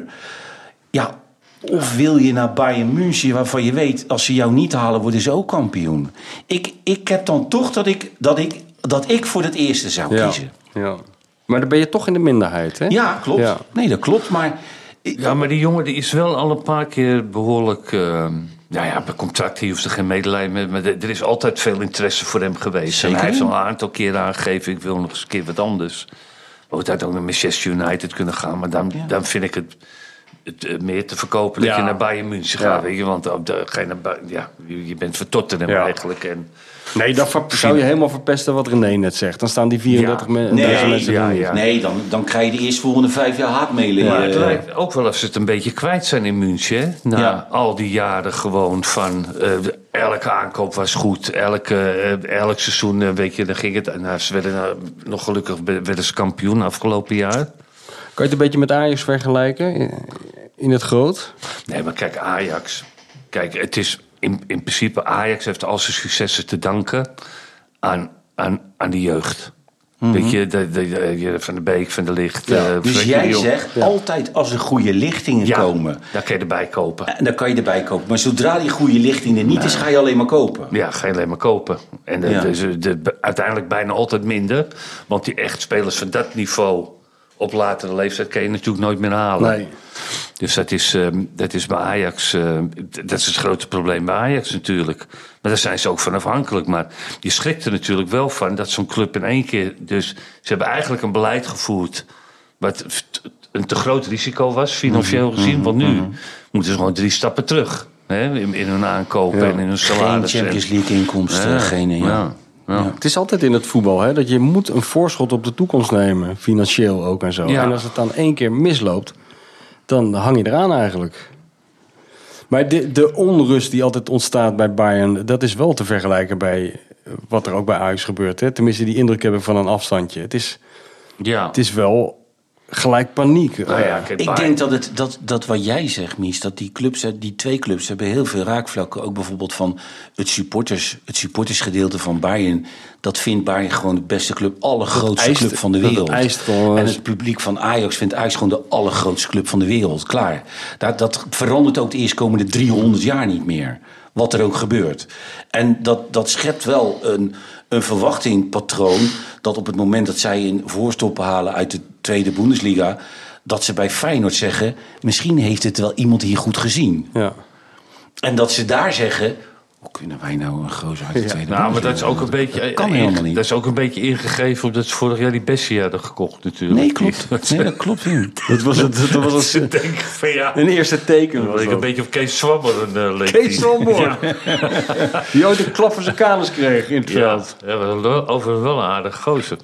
Ja, of wil je naar Bayern München, waarvan je weet... als ze jou niet halen, worden ze ook kampioen? Ik, ik heb dan toch dat ik... Dat ik dat ik voor het eerste zou
ja,
kiezen.
Ja. Maar dan ben je toch in de minderheid, hè?
Ja, klopt. Ja. Nee, dat klopt, maar...
Ja, maar die jongen die is wel al een paar keer behoorlijk... Uh, nou ja, bij contract, hier hoeft er geen medelijden mee. Maar er is altijd veel interesse voor hem geweest.
Zeker.
En hij heeft al een aantal keren aangegeven... ik wil nog eens een keer wat anders. We hadden ook naar Manchester United kunnen gaan. Maar dan, ja. dan vind ik het... Het meer te verkopen dat ja. je naar Bayern München gaat. Ja. Weet je? Want op de, ga je, naar, ja, je bent voor Tottenham ja. eigenlijk. En
nee, dat ver, zou je helemaal verpesten wat René net zegt. Dan staan die vierendertig ja. me,
nee,
mensen...
Ja, ja. Nee, dan, dan krijg je de eerstvolgende vijf jaar haatmailen.
Maar het lijkt ook wel of ze het een beetje kwijt zijn in München. Na ja. al die jaren gewoon van... Uh, elke aankoop was goed. Elke, uh, elk seizoen, uh, weet je, dan ging het... Nou, ze werden uh, nog gelukkig werden ze kampioen afgelopen jaar.
Kan je het een beetje met Ajax vergelijken? In het groot?
Nee, maar kijk, Ajax... Kijk, het is in, in principe... Ajax heeft al zijn successen te danken aan, aan, aan de jeugd. Mm-hmm. Weet je, de, de, de, Van de Beek, Van de Licht...
Ja.
Uh,
dus jij zegt, ja. altijd als er goede lichtingen
ja,
komen...
daar kan je erbij kopen.
En dan kan je erbij kopen. Maar zodra die goede lichting er niet is, ga je alleen maar kopen.
Ja, ga je alleen maar kopen. En de, ja. de, de, de, uiteindelijk bijna altijd minder. Want die echt spelers van dat niveau... op latere leeftijd kan je natuurlijk nooit meer halen.
Nee.
Dus dat is, uh, dat is bij Ajax... Uh, dat is het grote probleem bij Ajax natuurlijk. Maar daar zijn ze ook van afhankelijk. Maar je schrikt er natuurlijk wel van dat zo'n club in één keer... Dus ze hebben eigenlijk een beleid gevoerd... wat een te groot risico was, financieel gezien. Mm-hmm. Want nu mm-hmm. moeten ze gewoon drie stappen terug. Hè, in, in hun aankopen ja. en in hun salaris.
Geen Champions League inkomsten.
Ja.
Geen, ja.
Ja. Ja.
Het is altijd in het voetbal, hè, dat je moet een voorschot op de toekomst nemen. Financieel ook en zo. Ja. En als het dan één keer misloopt, dan hang je eraan eigenlijk. Maar de, de onrust die altijd ontstaat bij Bayern... dat is wel te vergelijken bij wat er ook bij Ajax gebeurt. Hè? Tenminste, die indruk hebben van een afstandje. Het is,
ja.
het is wel... gelijk paniek.
Nou ja, ik Bayern. denk dat, het, dat, dat wat jij zegt, Mies... dat die clubs, die twee clubs hebben heel veel raakvlakken. Ook bijvoorbeeld van het, supporters, het supportersgedeelte van Bayern. Dat vindt Bayern gewoon de beste club, allergrootste eist, club van de wereld. En het publiek van Ajax vindt Ajax gewoon de allergrootste club van de wereld. Klaar. Dat, dat verandert ook de eerstkomende driehonderd jaar niet meer. Wat er ook gebeurt. En dat, dat schept wel een... een verwachtingpatroon dat op het moment dat zij een voorstoppen halen uit de tweede Bundesliga, dat ze bij Feyenoord zeggen, misschien heeft het wel iemand hier goed gezien.
Ja.
En dat ze daar zeggen, hoe kunnen wij nou een gozer uit de
ja.
tweede
nou,
Bundesliga?
Maar dat is ook een beetje,
dat kan helemaal niet.
Dat is ook een beetje ingegeven omdat ze vorig jaar die Bessie hadden gekocht natuurlijk.
Nee, klopt. Nee, dat klopt niet.
Dat was het. Dat was
het. Denk van, ja,
een eerste teken.
Dat was ik een beetje op Kees Swammer uh, leek.
Kees Swammer. Ja. Die ooit een klap voor zijn kanus kreeg in het veld.
Ja, ja, overigens wel een aardige gozer.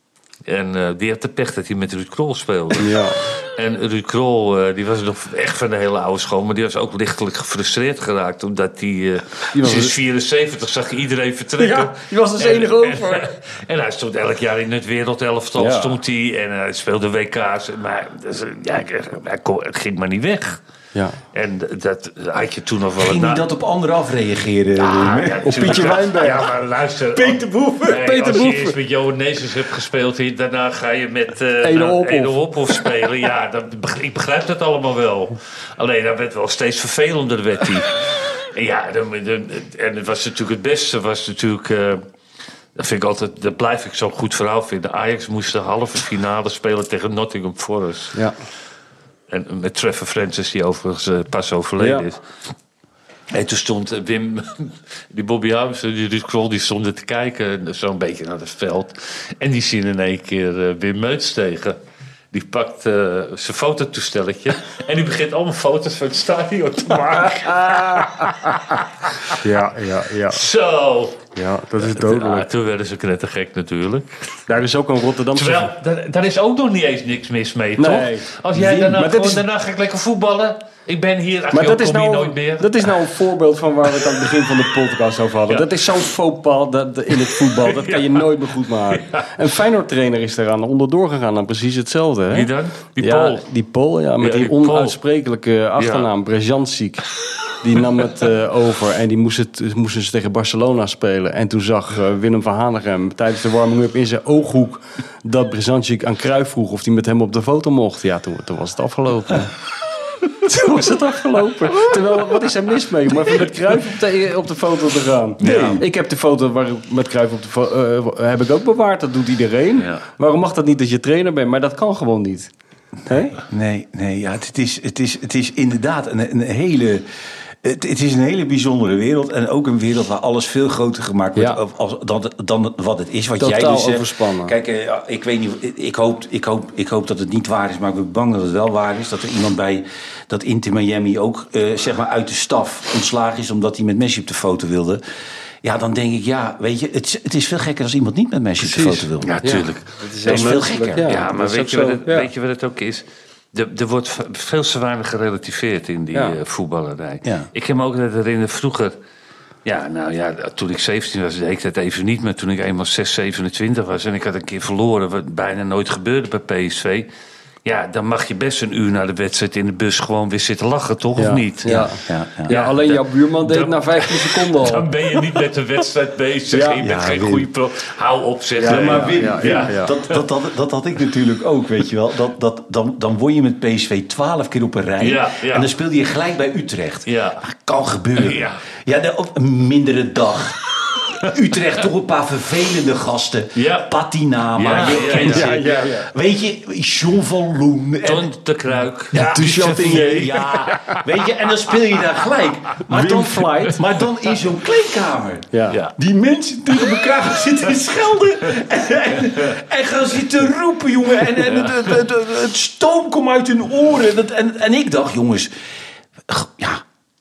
En uh, die had de pech dat hij met Ruud Krol speelde. Ja. En Ruud Krol, uh, die was nog echt van de hele oude school, maar die was ook lichtelijk gefrustreerd geraakt. Omdat hij, uh, die sinds vierenzeventig zag je iedereen vertrekken.
Ja, die was als enige over.
En, en hij stond elk jaar in het wereldelftal, ja. stond hij. En hij speelde W K's. Maar dus, ja, hij kon, het ging maar niet weg.
Ja.
En dat had je toen nog wel...
Ging hij dat op anderaf reageren?
Ja, ja, op Pietje Wijnberg.
Ja, maar luister...
Peter Boeven.
Nee,
Peter
als
Boeven.
je eerst met Johan Neesens hebt gespeeld, daarna ga je met uh,
Ede
Hophoff spelen. Ja, dat, ik begrijp dat allemaal wel. Alleen, dat werd wel steeds vervelender, werd hij. En ja, en het was natuurlijk het beste, was natuurlijk... Uh, dat vind ik altijd, dat blijf ik zo'n goed verhaal vinden. Ajax moest de halve finale spelen tegen Nottingham Forest.
Ja.
En met Trevor Francis, die overigens uh, pas overleden
ja.
is. En toen stond Wim, die Bobby Harmsen, die Ruud Krol, die stonden te kijken zo'n beetje naar het veld. En die zien in één keer uh, Wim Meuts tegen. Die pakt uh, zijn fototoestelletje en die begint allemaal foto's van het stadion te maken.
Ja, ja, ja.
Zo.
Ja, dat is dodelijk.
Ja, toen werden ze knettergek natuurlijk.
Daar is ook een Rotterdamse...
Terwijl, daar, daar is ook nog niet eens niks mis mee,
Nee.
toch? Als jij
Wim,
daarna,
maar
gewoon,
is...
daarna ga ik lekker voetballen. Ik ben hier, ach
maar
joh,
dat is,
kom hier
nou,
nooit meer.
dat is nou een voorbeeld van waar we het aan het begin van de podcast over hadden.
Ja.
Dat is zo'n faux pas dat, in het voetbal. Dat kan je
Ja.
nooit meer goed maken.
Ja.
Een Feyenoord-trainer is eraan onderdoor gegaan aan precies hetzelfde. Hè?
Wie dan? Die
ja,
Pool.
Die Pool, ja. Met
Ja,
die,
die Pool.
onuitsprekelijke achternaam, ja. Brzezinski. Die nam het uh, over en die moest het, moesten ze tegen Barcelona spelen. En toen zag uh, Willem van Hanegem tijdens de warming-up in zijn ooghoek dat Brzezinski aan Cruijff vroeg of hij met hem op de foto mocht. Ja, toen, toen was het afgelopen. Toen was het afgelopen. Terwijl, wat is er mis mee om even met Cruijff op de, op de foto te gaan? Nee. Ja. Ik heb de foto waar ik met Cruijff op de foto uh, heb ik ook bewaard. Dat doet iedereen. Ja. Waarom mag dat niet als je trainer bent? Maar dat kan gewoon niet. Hey?
Nee, nee ja, het, is, het, is, het is inderdaad een, een hele... Het, het is een hele bijzondere wereld. En ook een wereld waar alles veel groter gemaakt wordt ja. als, dan, dan wat het is. Wat
Totaal
jij dus zegt.
Overspannen.
Kijk, uh, ik weet niet. Ik hoop, ik, hoop, ik hoop dat het niet waar is. Maar ik ben bang dat het wel waar is. Dat er iemand bij dat Inter Miami ook uh, zeg maar uit de staf ontslagen is. Omdat hij met Messi op de foto wilde. Ja, dan denk ik, ja, weet je, het, het is veel gekker als iemand niet met Messi op de foto wil.
Ja, tuurlijk.
Ja, dat is, dat is veel gekker.
Ja, ja maar weet je, wat het,
ja.
weet je wat het ook is? Er, er wordt veel te weinig gerelativeerd in die ja. uh, voetballerij. Ja. Ik kan me ook herinneren, vroeger... Ja, nou ja, toen ik zeventien was, deed ik dat even niet. Maar toen ik eenmaal zes, zevenentwintig was en ik had een keer verloren... wat bijna nooit gebeurde bij P S V... Ja, dan mag je best een uur na de wedstrijd in de bus gewoon weer zitten lachen, toch?
Ja.
Of niet?
Ja, ja, ja. ja, ja alleen
dan,
jouw buurman deed dan, na vijftien seconden al.
Dan ben je niet met de wedstrijd bezig. Ja, je bent ja, geen
Wim.
goede pro. Hou op, zeg.
Ja, maar Wim,
ja, ja, ja.
Dat, dat, dat, dat had ik natuurlijk ook, weet je wel. Dat, dat, dan, dan word je met P S V twaalf keer op een rij. Ja, ja. En dan speel je gelijk bij Utrecht. Ja. Dat kan gebeuren. Ja, ja de, op een mindere dag. Utrecht toch een paar vervelende gasten. Ja. Patina, maar ja, je kent ja, ja, ja, ja. Weet je, John van Loen.
Ton de Kruik.
Ja, de Chatinier. Ja, weet je, en dan speel je daar gelijk. Maar, dan, maar dan in zo'n kleedkamer. Ja. Ja. Die mensen tegen elkaar gaan zitten schelden. En, en, en gaan zitten roepen, jongen. En, en het, het, het, het stoom komt uit hun oren. Dat, en, en ik dacht, jongens, ja...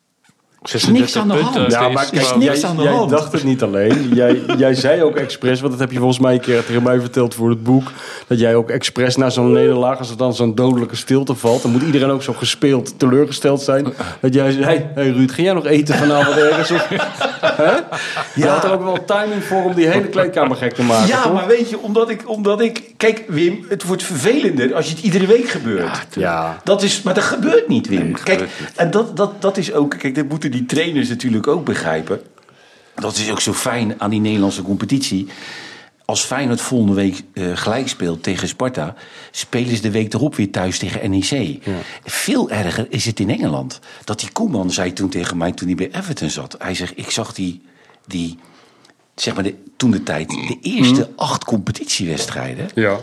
Er is niks aan de hand.
Ja, maar
er is niks aan de
jij
hand.
dacht het niet alleen. Jij, jij zei ook expres, want dat heb je volgens mij een keer tegen mij verteld voor het boek, dat jij ook expres na zo'n nederlaag, als er dan zo'n dodelijke stilte valt, dan moet iedereen ook zo gespeeld teleurgesteld zijn. Dat jij zei, hey, hey Ruud, ga jij nog eten vanavond ergens? Of, hè? Je ja. had er ook wel timing voor om die hele kleedkamer gek te maken.
Ja,
toch?
maar weet je, omdat ik, omdat ik... Kijk, Wim, het wordt vervelender als je het iedere week gebeurt.
Ja, ja.
Dat is, maar dat gebeurt niet, Wim. Nee, kijk, en dat, dat, dat is ook... Kijk, dat moeten die trainers natuurlijk ook begrijpen. Dat is ook zo fijn aan die Nederlandse competitie. Als Feyenoord volgende week uh, gelijk speelt tegen Sparta, spelen ze de week erop weer thuis tegen N E C. Ja. Veel erger is het in Engeland. Dat die Koeman zei toen tegen mij, toen hij bij Everton zat. Hij zegt, ik zag die... die zeg maar, de, toen de tijd, de eerste hmm. acht competitiewedstrijden.
Ja.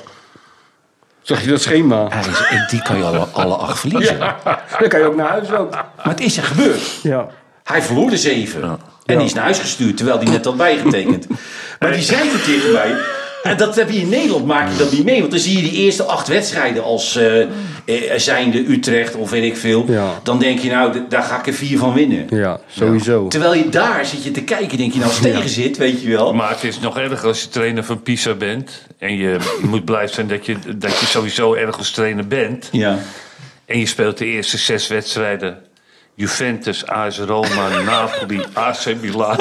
Zag je dat schema?
Hij zegt, die kan je alle, alle acht verliezen.
Ja. Dan kan je ook naar huis ook.
Maar het is er gebeurd.
Ja.
Hij verloor de zeven. Ja. En die is naar huis gestuurd, terwijl hij net had bijgetekend. Maar die zei toen tegen mij... En dat heb je in Nederland, maak je dat niet mee. Want dan zie je die eerste acht wedstrijden als uh, uh, zijnde Utrecht of weet ik veel. Ja. Dan denk je, nou, d- daar ga ik er vier van winnen.
Ja, sowieso.
Ja. Terwijl je daar zit je te kijken, denk je, nou, als tegen zit, weet je wel.
Maar het is nog erger als je trainer van Pisa bent. En je, je moet blij zijn dat je, dat je sowieso ergens trainer bent.
Ja.
En je speelt de eerste zes wedstrijden. Juventus, A S Roma, Napoli, A C Milan.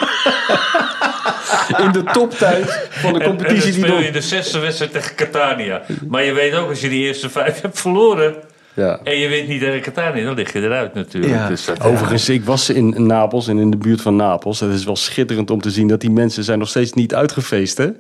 In de toptijd van de competitie.
En, en dan speel
die
je de zesde wedstrijd tegen Catania. Maar je weet ook, als je die eerste vijf hebt verloren... Ja. En je wint niet tegen Catania, dan lig je eruit natuurlijk.
Ja.
Dus dat,
Overigens,
ja.
ik was in Napels en in de buurt van Napels. Het is wel schitterend om te zien dat die mensen zijn nog steeds niet uitgefeest, hè?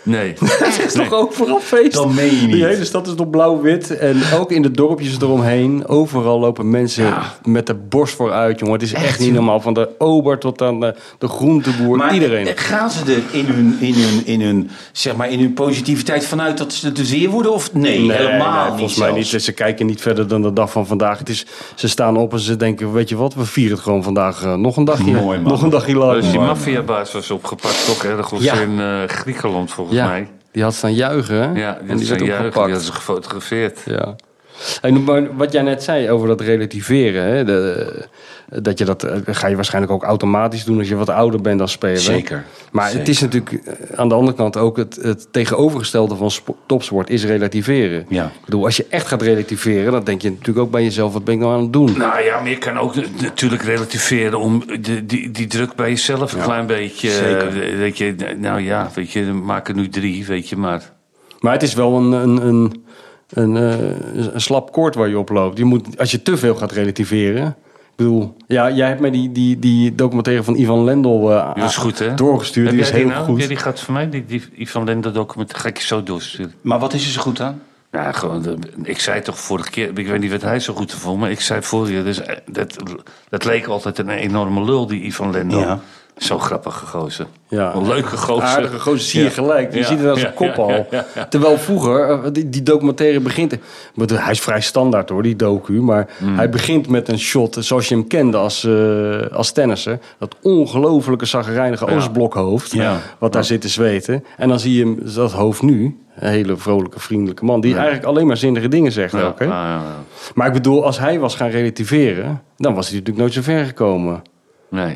Nee.
Het is toch overal feest?
Dan meen je niet.
Die hele stad is nog blauw-wit. En ook in de dorpjes eromheen. Overal lopen mensen ja. met de borst vooruit, jongen. Het is echt, echt niet normaal. Van de ober tot aan de, de groenteboer.
Maar
iedereen.
Gaan ze er in hun, in hun, in hun, zeg maar, in hun positiviteit vanuit dat ze te zeer worden? Of nee,
nee
helemaal
nee,
niet
volgens
zelfs.
mij niet. Ze kijken niet verder dan de dag van vandaag. Het is, ze staan op en ze denken, weet je wat, we vieren het gewoon vandaag uh, nog een dagje.
Mooi, man.
Nog een dagje later.
Dus die maffiabaas was opgepakt, toch ergens ja. in uh, Griekenland volgens
ja,
mij.
Die had staan juichen, hè?
Ja, die
en die werd
juichen,
opgepakt.
Die had ze gefotografeerd.
Ja. En wat jij net zei over dat relativeren, hè? De, dat je dat ga je waarschijnlijk ook automatisch doen als je wat ouder bent dan spelen.
Zeker.
Maar
Zeker.
Het is natuurlijk aan de andere kant ook het, het tegenovergestelde van sp- topsport is relativeren.
Ja.
Ik bedoel, als je echt gaat relativeren, dan denk je natuurlijk ook bij jezelf, wat ben ik nou aan het doen?
Nou ja, maar je kan ook natuurlijk relativeren om de, die, die druk bij jezelf een ja. klein beetje.
Zeker.
Weet je, nou ja, weet je, we maken nu drie, weet je maar.
Maar het is wel een, een, een, een, een, een slap koord waar je op loopt. Je moet, als je te veel gaat relativeren. Ik bedoel, ja, jij hebt mij die, die, die documentaire van Ivan Lendl uh,
die is goed, hè?
doorgestuurd.
Heb
die is
die
heel
nou?
goed.
Ja, die gaat voor mij, die, die Ivan Lendl documentaire, ga ik je zo doorsturen.
Maar wat is er zo goed aan?
Ja, gewoon, de, ik zei toch vorige keer, ik weet niet wat hij zo goed vond, maar ik zei vorige keer, dus, dat, dat leek altijd een enorme lul, die Ivan Lendl. Ja. Zo grappige gozer.
Ja.
Een leuke gozer.
Aardige gozer, zie je ja. gelijk. Je
ja.
ziet het als een ja. kop al. Ja. Ja. Ja. Ja. Terwijl vroeger, die, die documentaire begint... Hij is vrij standaard hoor, die docu. Maar mm. hij begint met een shot zoals je hem kende als, uh, als tennisser. Dat ongelofelijke zagrijnige ja. Oostblokhoofd. Ja. Wat daar ja. zit te zweten. En dan zie je hem, dat hoofd nu... Een hele vrolijke, vriendelijke man. Die ja. eigenlijk alleen maar zinnige dingen zegt ja. ook. Hè? Ja, ja, ja. Maar ik bedoel, als hij was gaan relativeren... dan was hij natuurlijk nooit zo ver gekomen.
Nee.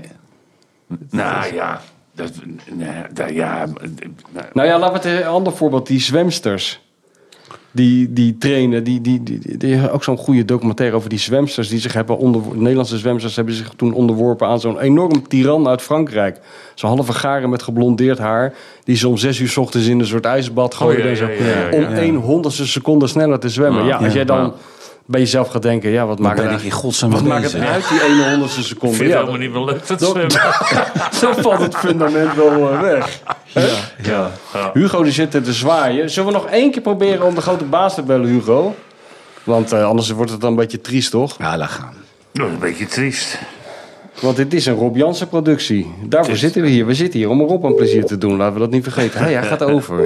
Nou ja, dat, nee, dat, ja.
Nou ja, laten we het een ander voorbeeld. Die zwemsters. Die, die trainen. Die, die, die, die, die ook zo'n goede documentaire over die zwemsters. Die zich hebben onder, Nederlandse zwemsters hebben zich toen onderworpen aan zo'n enorm tiran uit Frankrijk. Zo'n halve garen met geblondeerd haar. Die ze om zes uur 's ochtends in een soort ijsbad gooien. Oh, ja, ja, ja, ja, ja, ja. Om één honderdste seconde sneller te zwemmen. Ja, ja als jij dan... Ja. bij jezelf gaat denken, ja, wat maakt het,
in godsnaam
wat maakt het uit, die ene honderdste seconde?
Ik vind
ja,
het helemaal niet meer leuk, dat zwemmen.
Zo valt het fundament wel uh, weg.
Ja, ja,
ja. Hugo die zit er te zwaaien. Zullen we nog één keer proberen om de grote baas te bellen, Hugo? Want uh, anders wordt het dan een beetje triest, toch?
Ja, laat gaan.
Dat is een beetje triest.
Want dit is een Rob Jansen productie. Daarvoor zitten we hier. We zitten hier om Rob een plezier te doen. Laten we dat niet vergeten. Hey, hij gaat over.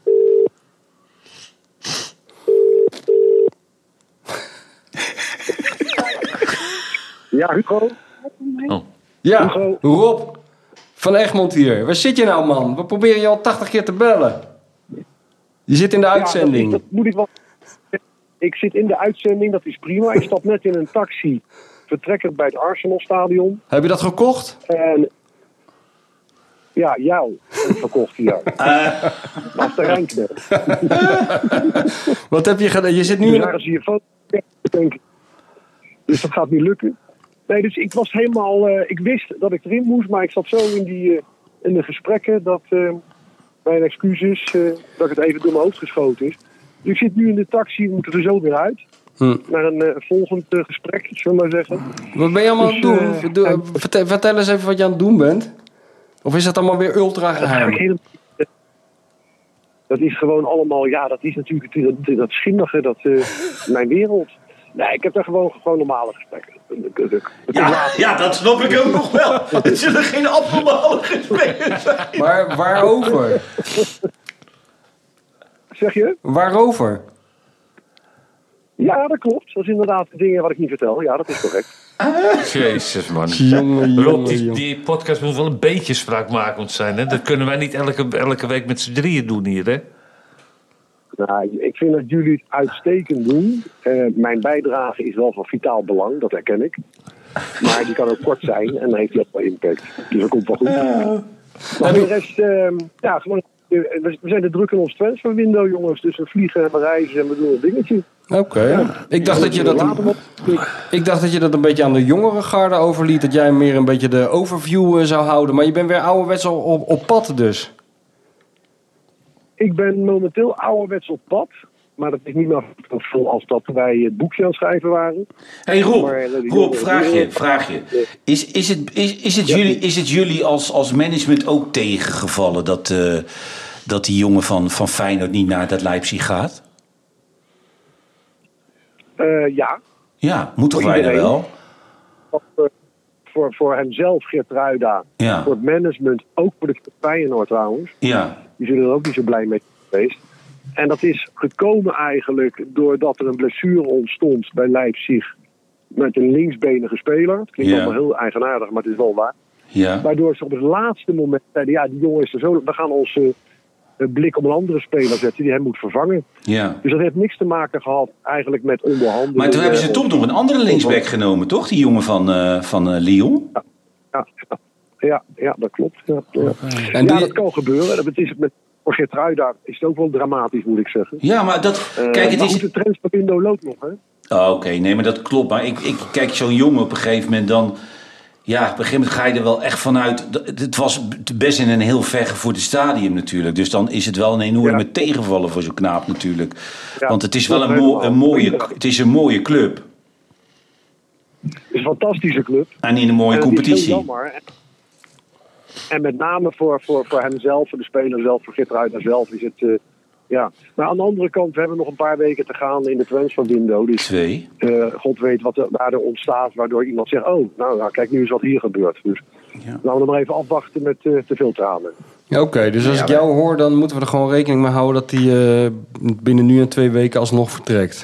Ja, Hugo.
Oh. Ja, Hugo. Rob van Egmond hier. Waar zit je nou, man? We proberen je al tachtig keer te bellen. Je zit in de uitzending.
Ja, dat, dat moet ik wel... Ik zit in de uitzending, dat is prima. Ik stap net in een taxi, vertrekkend bij het Arsenal-stadion.
Heb je dat gekocht?
En... Ja, jou heb ik verkocht hier. Uh. Als de Rijnknecht.
Wat heb je gedaan? Je zit nu...
Daar zie je foto, denk ik. Dus dat gaat niet lukken. Nee, dus ik was helemaal... Uh, ik wist dat ik erin moest, maar ik zat zo in, die, uh, in de gesprekken dat... Uh, mijn excuses, uh, dat ik het even door mijn hoofd geschoten is. Dus ik zit nu in de taxi, we moeten er zo weer uit. Hm. Naar een uh, volgend uh, gesprek, zullen we maar zeggen.
Wat ben je allemaal dus, aan het doen? Uh, Doe, vertel, vertel eens even wat je aan het doen bent. Of is dat allemaal weer ultra geheim?
Dat is gewoon allemaal... Ja, dat is natuurlijk dat, dat schimmige, dat uh, mijn wereld... Nee, ik heb daar gewoon, gewoon normale gesprekken.
Ja, ja, dat snap ik ook nog wel. Het zullen geen abnormale gesprekken zijn.
Maar waarover?
Zeg je?
Waarover?
Ja, dat klopt. Dat is inderdaad dingen wat ik niet vertel. Ja, dat is correct.
Jezus, man.
Jongen, jongen,
Rob, die, die podcast moet wel een beetje spraakmakend zijn, hè? Dat kunnen wij niet elke, elke week met z'n drieën doen hier, hè?
Nou, ik vind dat jullie het uitstekend doen. Uh, mijn bijdrage is wel van vitaal belang, dat herken ik. Maar die kan ook kort zijn en dan heeft hij ook wel impact. Dus dat komt wel goed. Uh, maar voor de rest, uh, ja, gewoon, uh, we zijn er druk in ons transfer window, jongens. Dus we vliegen en we reizen en we doen een dingetje.
Oké. Okay. Ja. Ik, dacht dat je dat een, ik dacht dat je dat een beetje aan de jongere garde overliet. Dat jij meer een beetje de overview uh, zou houden. Maar je bent weer ouderwets op, op, op pad dus.
Ik ben momenteel ouderwets op pad. Maar dat is niet meer veel als dat wij het boekje aan het schrijven waren.
Hé hey Rob, maar, uh, Rob vraag je. Vraag je. Is, is, het, is, is het ja, jullie, is het jullie als, als management ook tegengevallen dat... Uh, dat die jongen van, van Feyenoord niet naar dat Leipzig gaat?
Uh, ja.
Ja, moet toch
Voor
bijna
iedereen.
wel?
Voor, voor, voor hemzelf, Geertruida.
Ja.
Voor het management, ook voor de Feyenoord trouwens.
Ja.
Die zullen er ook niet zo blij mee geweest. En dat is gekomen eigenlijk doordat er een blessure ontstond bij Leipzig met een linksbenige speler. Het klinkt
Ja.
allemaal heel eigenaardig, maar het is wel waar.
Ja.
Waardoor ze op het laatste moment zeiden, ja, die jongen is er zo, we gaan onze uh, blik op een andere speler zetten die hem moet vervangen.
Ja.
Dus dat heeft niks te maken gehad eigenlijk met onderhandelen.
Maar toen hebben ze
of-
toch nog een andere linksback genomen, toch? Die jongen van, uh, van uh, Lyon.
Ja, ja, ja, ja, dat klopt. Ja, ja.
En
ja
doe je-
dat kan gebeuren. Dat is met voor Geertruida is het ook wel dramatisch, moet ik zeggen.
Ja, maar dat...
Uh,
Kijk, het
maar
is...
goed, de transferwindow loopt nog, hè?
Oh, Oké, nee, maar dat klopt. Maar ik, ik kijk zo'n jongen op een gegeven moment dan... Ja, op een gegeven moment ga je er wel echt vanuit... dat- Het was best in een heel vergevoerde stadium natuurlijk. Dus dan is het wel een enorme
Ja.
tegenvaller voor zo'n knaap natuurlijk.
Ja,
Want het is wel een,
klopt
mo- een,
helemaal.
mooie, het is een mooie club.
Het is een fantastische club.
En in een mooie
En het is heel
competitie.
jammer. En, en met name voor, voor, voor hemzelf, voor de speler zelf, voor Geertruida zelf is het... Uh, ja. Maar aan de andere kant, we hebben nog een paar weken te gaan in de transferwindow. Dus
Twee.
uh, God weet wat er daardoor ontstaat, waardoor iemand zegt... Oh, nou, nou kijk nu eens wat hier gebeurt. Dus
Ja.
laten we nog maar even afwachten met uh, te veel tranen.
Ja, Oké, dus als
Ja,
ik
maar-
jou hoor, dan moeten we er gewoon rekening mee houden dat hij eh, binnen nu en twee weken alsnog vertrekt.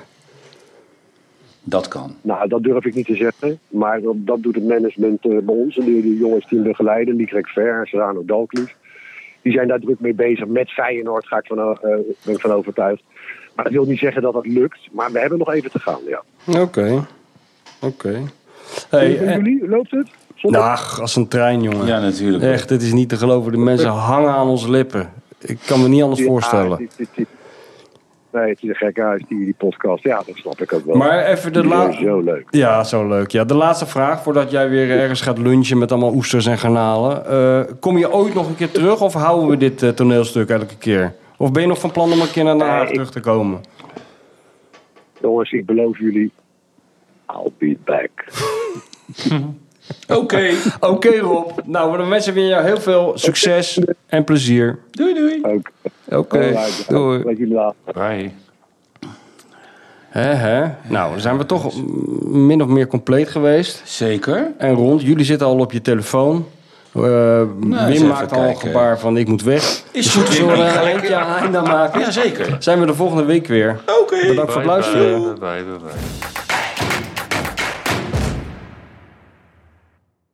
Dat kan.
Nou, dat durf ik niet te zeggen. Maar dat, dat doet het management uh, bij ons. En die, die jongens die hem begeleiden, Likrek Ver en Serrano Dalklies. Die zijn daar druk mee bezig. Met Feyenoord ga ik van, uh, ben ik van overtuigd. Maar dat wil niet zeggen dat dat lukt. Maar we hebben nog even te gaan, ja.
Oké, oké. Hey,
en
eh,
jullie, loopt het? Zondag?
nou, als een trein, jongen.
Ja, natuurlijk.
Echt, het is niet te geloven. De mensen hangen aan onze lippen. Ik kan me niet anders
Ja,
voorstellen.
het is- het is- Nee, het is een gekke huis, die, die podcast. Ja, dat snap ik ook wel.
Maar even de
Die is
laatste...
zo leuk.
Ja, zo leuk. Ja, de laatste vraag, voordat jij weer ergens gaat lunchen met allemaal oesters en garnalen. Eh, kom je ooit nog een keer terug of houden we dit eh, toneelstuk elke keer? Of ben je nog van plan om een keer naar Den Haag
Nee, ik-
terug te komen?
Jongens, ik beloof jullie... I'll be back.
Oké.
Oké Rob, nou dan wensen we je heel veel succes en plezier.
Doei, doei.
Ook.
Oké,
Alright,
doei.
Let jullie laten.
Bye.
Hè, hè? Nou, dan zijn we toch mm, min of meer compleet geweest.
Zeker.
En rond, jullie zitten al op je telefoon. Uh,
eens
Wim
even
maakt al een
kijken.
gebaar van ik moet weg.
Is goed,
Zullen we
Wim.
er
Ga
een
ik-
eindje aan het einde aan maken?
Ja, zeker.
Zijn we de volgende week weer.
Oké.
Bedankt voor het luisteren.
Bye, bye, bye, bye, bye.